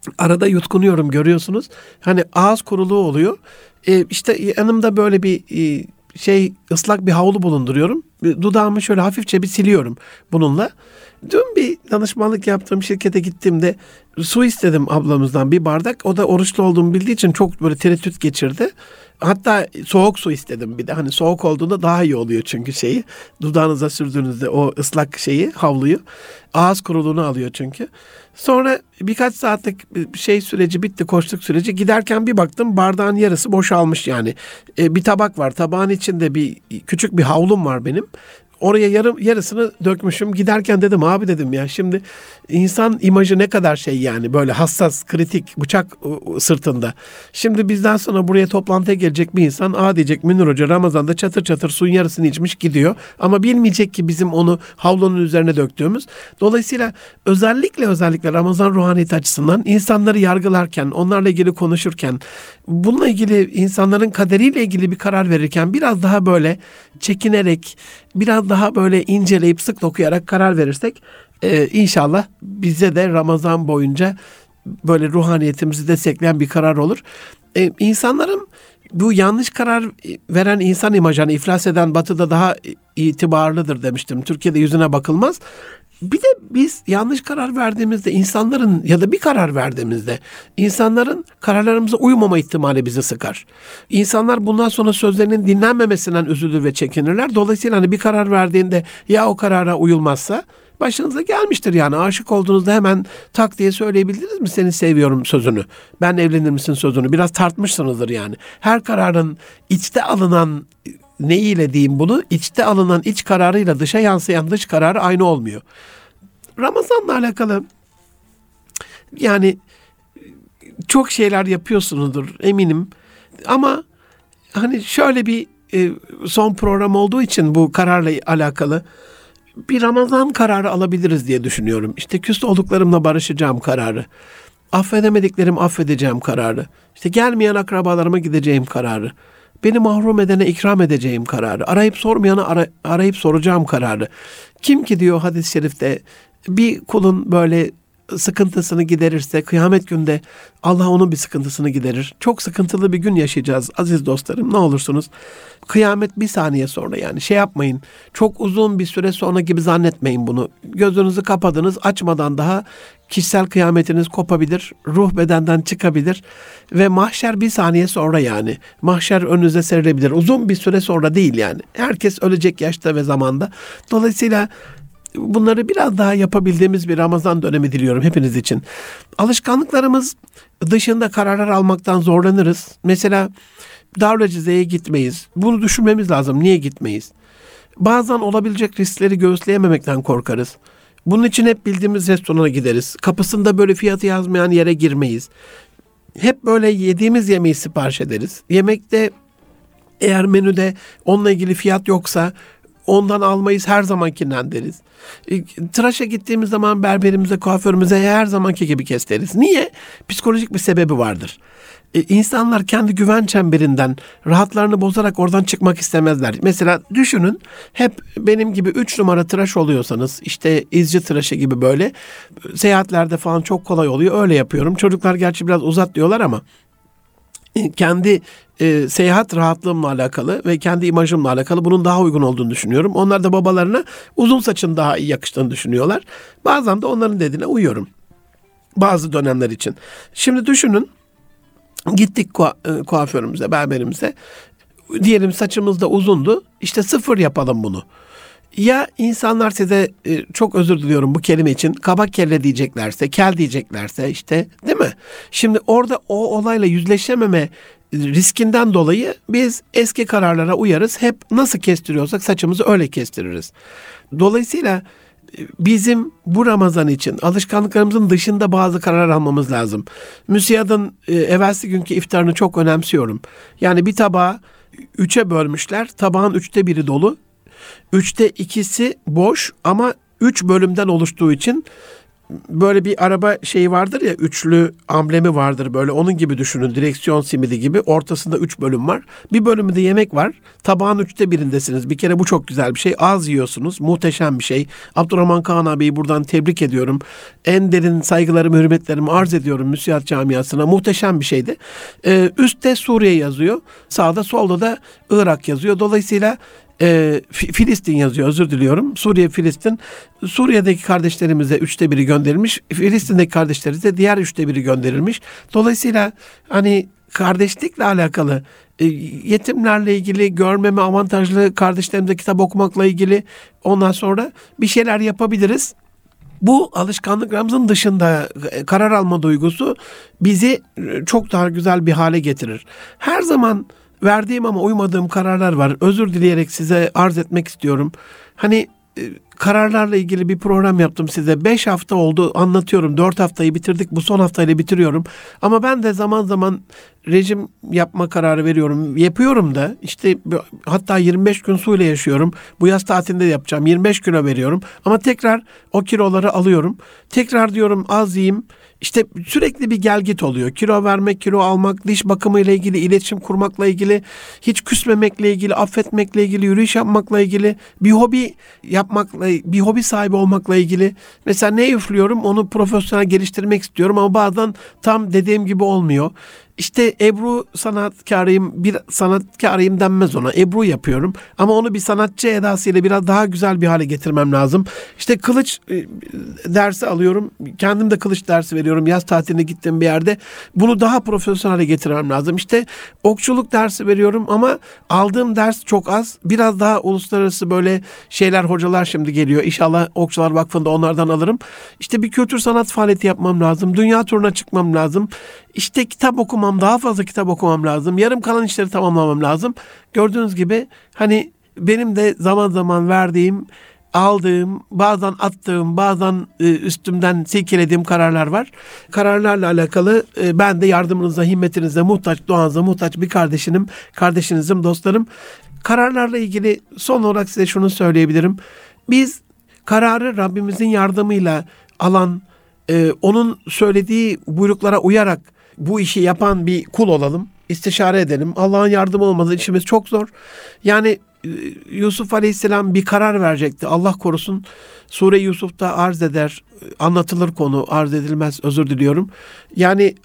Arada yutkunuyorum, görüyorsunuz. Hani ağız kuruluğu oluyor. E, işte yanımda böyle bir e, şey ıslak bir havlu bulunduruyorum. Dudağımı şöyle hafifçe bir siliyorum bununla. Dün bir danışmanlık yaptığım şirkete gittiğimde su istedim ablamızdan bir bardak. O da oruçlu olduğumu bildiği için çok böyle tereddüt geçirdi. Hatta soğuk su istedim bir de. Hani soğuk olduğunda daha iyi oluyor çünkü şeyi. Dudağınıza sürdüğünüzde o ıslak şeyi, havluyu. Ağız kuruluğunu alıyor çünkü. Sonra birkaç saatlik bir şey süreci bitti, koştuk süreci. Giderken bir baktım bardağın yarısı boşalmış yani. Ee, bir tabak var. Tabağın içinde bir küçük bir havlum var benim. Oraya yarım yarısını dökmüşüm. Giderken dedim abi dedim ya şimdi insan imajı ne kadar şey yani böyle hassas, kritik, bıçak sırtında. Şimdi bizden sonra buraya toplantıya gelecek bir insan aa diyecek Münir Hoca Ramazan'da çatır çatır suyun yarısını içmiş gidiyor. Ama bilmeyecek ki bizim onu havlunun üzerine döktüğümüz. Dolayısıyla özellikle özellikle Ramazan ruhaniyeti açısından insanları yargılarken, onlarla ilgili konuşurken, bununla ilgili insanların kaderiyle ilgili bir karar verirken biraz daha böyle çekinerek, biraz daha böyle inceleyip sık dokuyarak karar verirsek e, inşallah bize de Ramazan boyunca böyle ruhaniyetimizi destekleyen bir karar olur. E, insanların bu yanlış karar veren insan imajını iflas eden Batı'da daha itibarlıdır demiştim. Türkiye'de yüzüne bakılmaz. Bir de biz yanlış karar verdiğimizde insanların ya da bir karar verdiğimizde insanların kararlarımıza uymama ihtimali bizi sıkar. İnsanlar bundan sonra sözlerinin dinlenmemesinden üzülür ve çekinirler. Dolayısıyla hani bir karar verdiğinde ya o karara uyulmazsa başınıza gelmiştir yani. Aşık olduğunuzda hemen tak diye söyleyebildiniz mi seni seviyorum sözünü? Ben evlenir misin sözünü? Biraz tartmışsınızdır yani. Her kararın içte alınan neyiyle diyeyim bunu? İçte alınan iç kararıyla dışa yansıyan dış kararı aynı olmuyor. Ramazan'la alakalı yani çok şeyler yapıyorsunuzdur eminim. Ama hani şöyle bir e, son program olduğu için bu kararla alakalı bir Ramazan kararı alabiliriz diye düşünüyorum. İşte küs olduklarımla barışacağım kararı. Affedemediklerim affedeceğim kararı. İşte gelmeyen akrabalarıma gideceğim kararı. Beni mahrum edene ikram edeceğim kararı. Arayıp sormayana ara, arayıp soracağım kararı. Kim ki diyor hadis-i şerifte bir kulun böyle sıkıntısını giderirse kıyamet günde Allah onun bir sıkıntısını giderir. Çok sıkıntılı bir gün yaşayacağız aziz dostlarım, ne olursunuz. Kıyamet bir saniye sonra yani şey yapmayın. Çok uzun bir süre sonra gibi zannetmeyin bunu. Gözünüzü kapadınız, açmadan daha kişisel kıyametiniz kopabilir. Ruh bedenden çıkabilir ve mahşer bir saniye sonra yani. Mahşer önünüze serilebilir. Uzun bir süre sonra değil yani. Herkes ölecek yaşta ve zamanda. Dolayısıyla bunları biraz daha yapabildiğimiz bir Ramazan dönemi diliyorum hepiniz için. Alışkanlıklarımız dışında kararlar almaktan zorlanırız. Mesela Darülcize'ye gitmeyiz. Bunu düşünmemiz lazım. Niye gitmeyiz? Bazen olabilecek riskleri göğüsleyememekten korkarız. Bunun için hep bildiğimiz restorana gideriz. Kapısında böyle fiyatı yazmayan yere girmeyiz. Hep böyle yediğimiz yemeği sipariş ederiz. Yemekte eğer menüde onunla ilgili fiyat yoksa ondan almayız, her zamankinden deriz. E, tıraşa gittiğimiz zaman berberimize, kuaförümüze her zamanki gibi kesteriz. Niye? Psikolojik bir sebebi vardır. E, insanlar kendi güven çemberinden rahatlarını bozarak oradan çıkmak istemezler. Mesela düşünün, hep benim gibi üç numara tıraş oluyorsanız, işte izci tıraşı gibi böyle seyahatlerde falan çok kolay oluyor. Öyle yapıyorum. Çocuklar gerçi biraz uzat diyorlar ama kendi e, seyahat rahatlığımla alakalı ve kendi imajımla alakalı bunun daha uygun olduğunu düşünüyorum. Onlar da babalarına uzun saçın daha iyi yakıştığını düşünüyorlar. Bazen de onların dediğine uyuyorum. Bazı dönemler için. Şimdi düşünün, gittik kua- e, kuaförümüze, berberimize. Diyelim saçımız da uzundu. İşte sıfır yapalım bunu. Ya insanlar size e, çok özür diliyorum bu kelime için, kabak kelle diyeceklerse, kel diyeceklerse, işte değil mi? Şimdi orada o olayla yüzleşememe riskinden dolayı biz eski kararlara uyarız. Hep nasıl kestiriyorsak saçımızı öyle kestiririz. Dolayısıyla bizim bu Ramazan için alışkanlıklarımızın dışında bazı karar almamız lazım. Müsiyad'ın e, evvelsi günkü iftarını çok önemsiyorum. Yani bir tabağı üçe bölmüşler. Tabağın üçte biri dolu. Üçte ikisi boş ama üç bölümden oluştuğu için böyle bir araba şeyi vardır ya, üçlü amblemi vardır böyle, onun gibi düşünün, direksiyon simidi gibi, ortasında üç bölüm var. Bir bölümünde yemek var, tabağın üçte birindesiniz. Bir kere bu çok güzel bir şey, az yiyorsunuz, muhteşem bir şey. Abdurrahman Kaan abiyi buradan tebrik ediyorum. En derin saygılarımı, hürmetlerimi arz ediyorum Müsiat camiasına, muhteşem bir şeydi. Ee, üstte Suriye yazıyor, sağda solda da Irak yazıyor. Dolayısıyla E, Filistin yazıyor, özür diliyorum. Suriye, Filistin. Suriye'deki kardeşlerimize üçte biri gönderilmiş. Filistin'deki kardeşlerimize diğer üçte biri gönderilmiş. Dolayısıyla hani kardeşlikle alakalı, e, yetimlerle ilgili, görmeme avantajlı kardeşlerimize kitap okumakla ilgili, ondan sonra bir şeyler yapabiliriz. Bu alışkanlıklarımızın dışında karar alma duygusu bizi çok daha güzel bir hale getirir. Her zaman verdiğim ama uymadığım kararlar var. Özür dileyerek size arz etmek istiyorum. Hani e, kararlarla ilgili bir program yaptım size. Beş hafta oldu anlatıyorum. Dört haftayı bitirdik. Bu son haftayla bitiriyorum. Ama ben de zaman zaman rejim yapma kararı veriyorum. Yapıyorum da. İşte hatta yirmi beş gün suyla yaşıyorum. Bu yaz tatilinde yapacağım. yirmi beş kilo veriyorum. Ama tekrar o kiloları alıyorum. Tekrar diyorum az yiyeyim. İşte sürekli bir gel git oluyor. Kilo vermek, kilo almak, diş bakımıyla ilgili, iletişim kurmakla ilgili, hiç küsmemekle ilgili, affetmekle ilgili, yürüyüş yapmakla ilgili, bir hobi yapmakla, bir hobi sahibi olmakla ilgili. Mesela ne üflüyorum, onu profesyonel geliştirmek istiyorum ama bazen tam dediğim gibi olmuyor. İşte Ebru sanatkarıyım, bir sanatkarıyım denmez ona. Ebru yapıyorum ama onu bir sanatçı edasıyla biraz daha güzel bir hale getirmem lazım. İşte kılıç e, dersi alıyorum. Kendim de kılıç dersi veriyorum. Yaz tatiline gittiğim bir yerde. Bunu daha profesyonel getirmem lazım. İşte okçuluk dersi veriyorum ama aldığım ders çok az. Biraz daha uluslararası böyle şeyler, hocalar şimdi geliyor. İnşallah Okçular Vakfı'nda onlardan alırım. İşte bir kültür sanat faaliyeti yapmam lazım. Dünya turuna çıkmam lazım. İşte kitap okumam, daha fazla kitap okumam lazım. Yarım kalan işleri tamamlamam lazım. Gördüğünüz gibi hani benim de zaman zaman verdiğim, aldığım, bazen attığım, bazen üstümden silkelediğim kararlar var. Kararlarla alakalı ben de yardımınıza, himmetinize muhtaç, duanıza muhtaç bir kardeşinim, kardeşinizim, dostlarım. Kararlarla ilgili son olarak size şunu söyleyebilirim. Biz kararı Rabbimizin yardımıyla alan, onun söylediği buyruklara uyarak bu işi yapan bir kul olalım. İstişare edelim. Allah'ın yardımı olmadan işimiz çok zor. Yani Yusuf Aleyhisselam bir karar verecekti. Allah korusun. Sure Yusuf'ta arz eder. Anlatılır konu. Arz edilmez. Özür diliyorum. Yani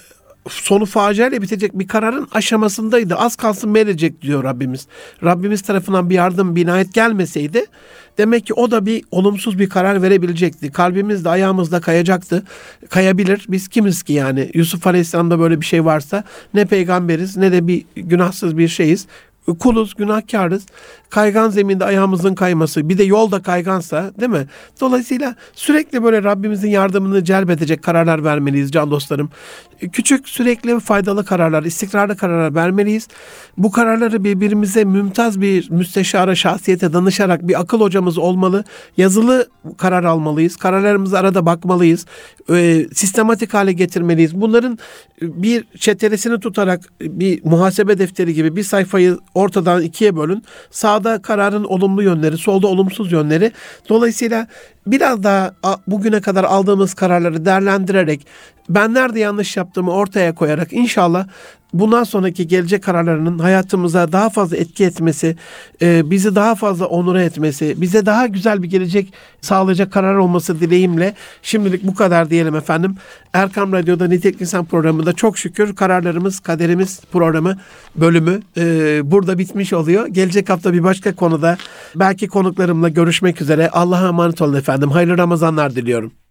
sonu faciayla bitecek bir kararın aşamasındaydı. Az kalsın verecek diyor Rabbimiz. Rabbimiz tarafından bir yardım, bir inayet gelmeseydi demek ki o da bir olumsuz bir karar verebilecekti. Kalbimiz de ayağımız da kayacaktı. Kayabilir. Biz kimiz ki yani? Yusuf Aleyhisselam'da böyle bir şey varsa ne peygamberiz ne de bir günahsız bir şeyiz. Kuluz, günahkarız. Kaygan zeminde ayağımızın kayması, bir de yolda kaygansa, değil mi? Dolayısıyla sürekli böyle Rabbimizin yardımını celbedecek kararlar vermeliyiz can dostlarım. Küçük, sürekli faydalı kararlar, istikrarlı kararlar vermeliyiz. Bu kararları birbirimize mümtaz bir müsteşara, şahsiyete danışarak bir akıl hocamız olmalı. Yazılı karar almalıyız. Kararlarımıza arada bakmalıyız. E, sistematik hale getirmeliyiz. Bunların bir çetelesini tutarak bir muhasebe defteri gibi bir sayfayı ortadan ikiye bölün. Sağda kararın olumlu yönleri, solda olumsuz yönleri. Dolayısıyla biraz daha bugüne kadar aldığımız kararları değerlendirerek, ben nerede yanlış yaptığımı ortaya koyarak inşallah bundan sonraki gelecek kararlarının hayatımıza daha fazla etki etmesi, bizi daha fazla onure etmesi, bize daha güzel bir gelecek sağlayacak karar olması dileğimle şimdilik bu kadar diyelim efendim. Erkam Radyo'da Nitelikli İnsan programında çok şükür kararlarımız, kaderimiz programı, bölümü burada bitmiş oluyor. Gelecek hafta bir başka konuda belki konuklarımla görüşmek üzere. Allah'a emanet olun efendim. Hayırlı Ramazanlar diliyorum.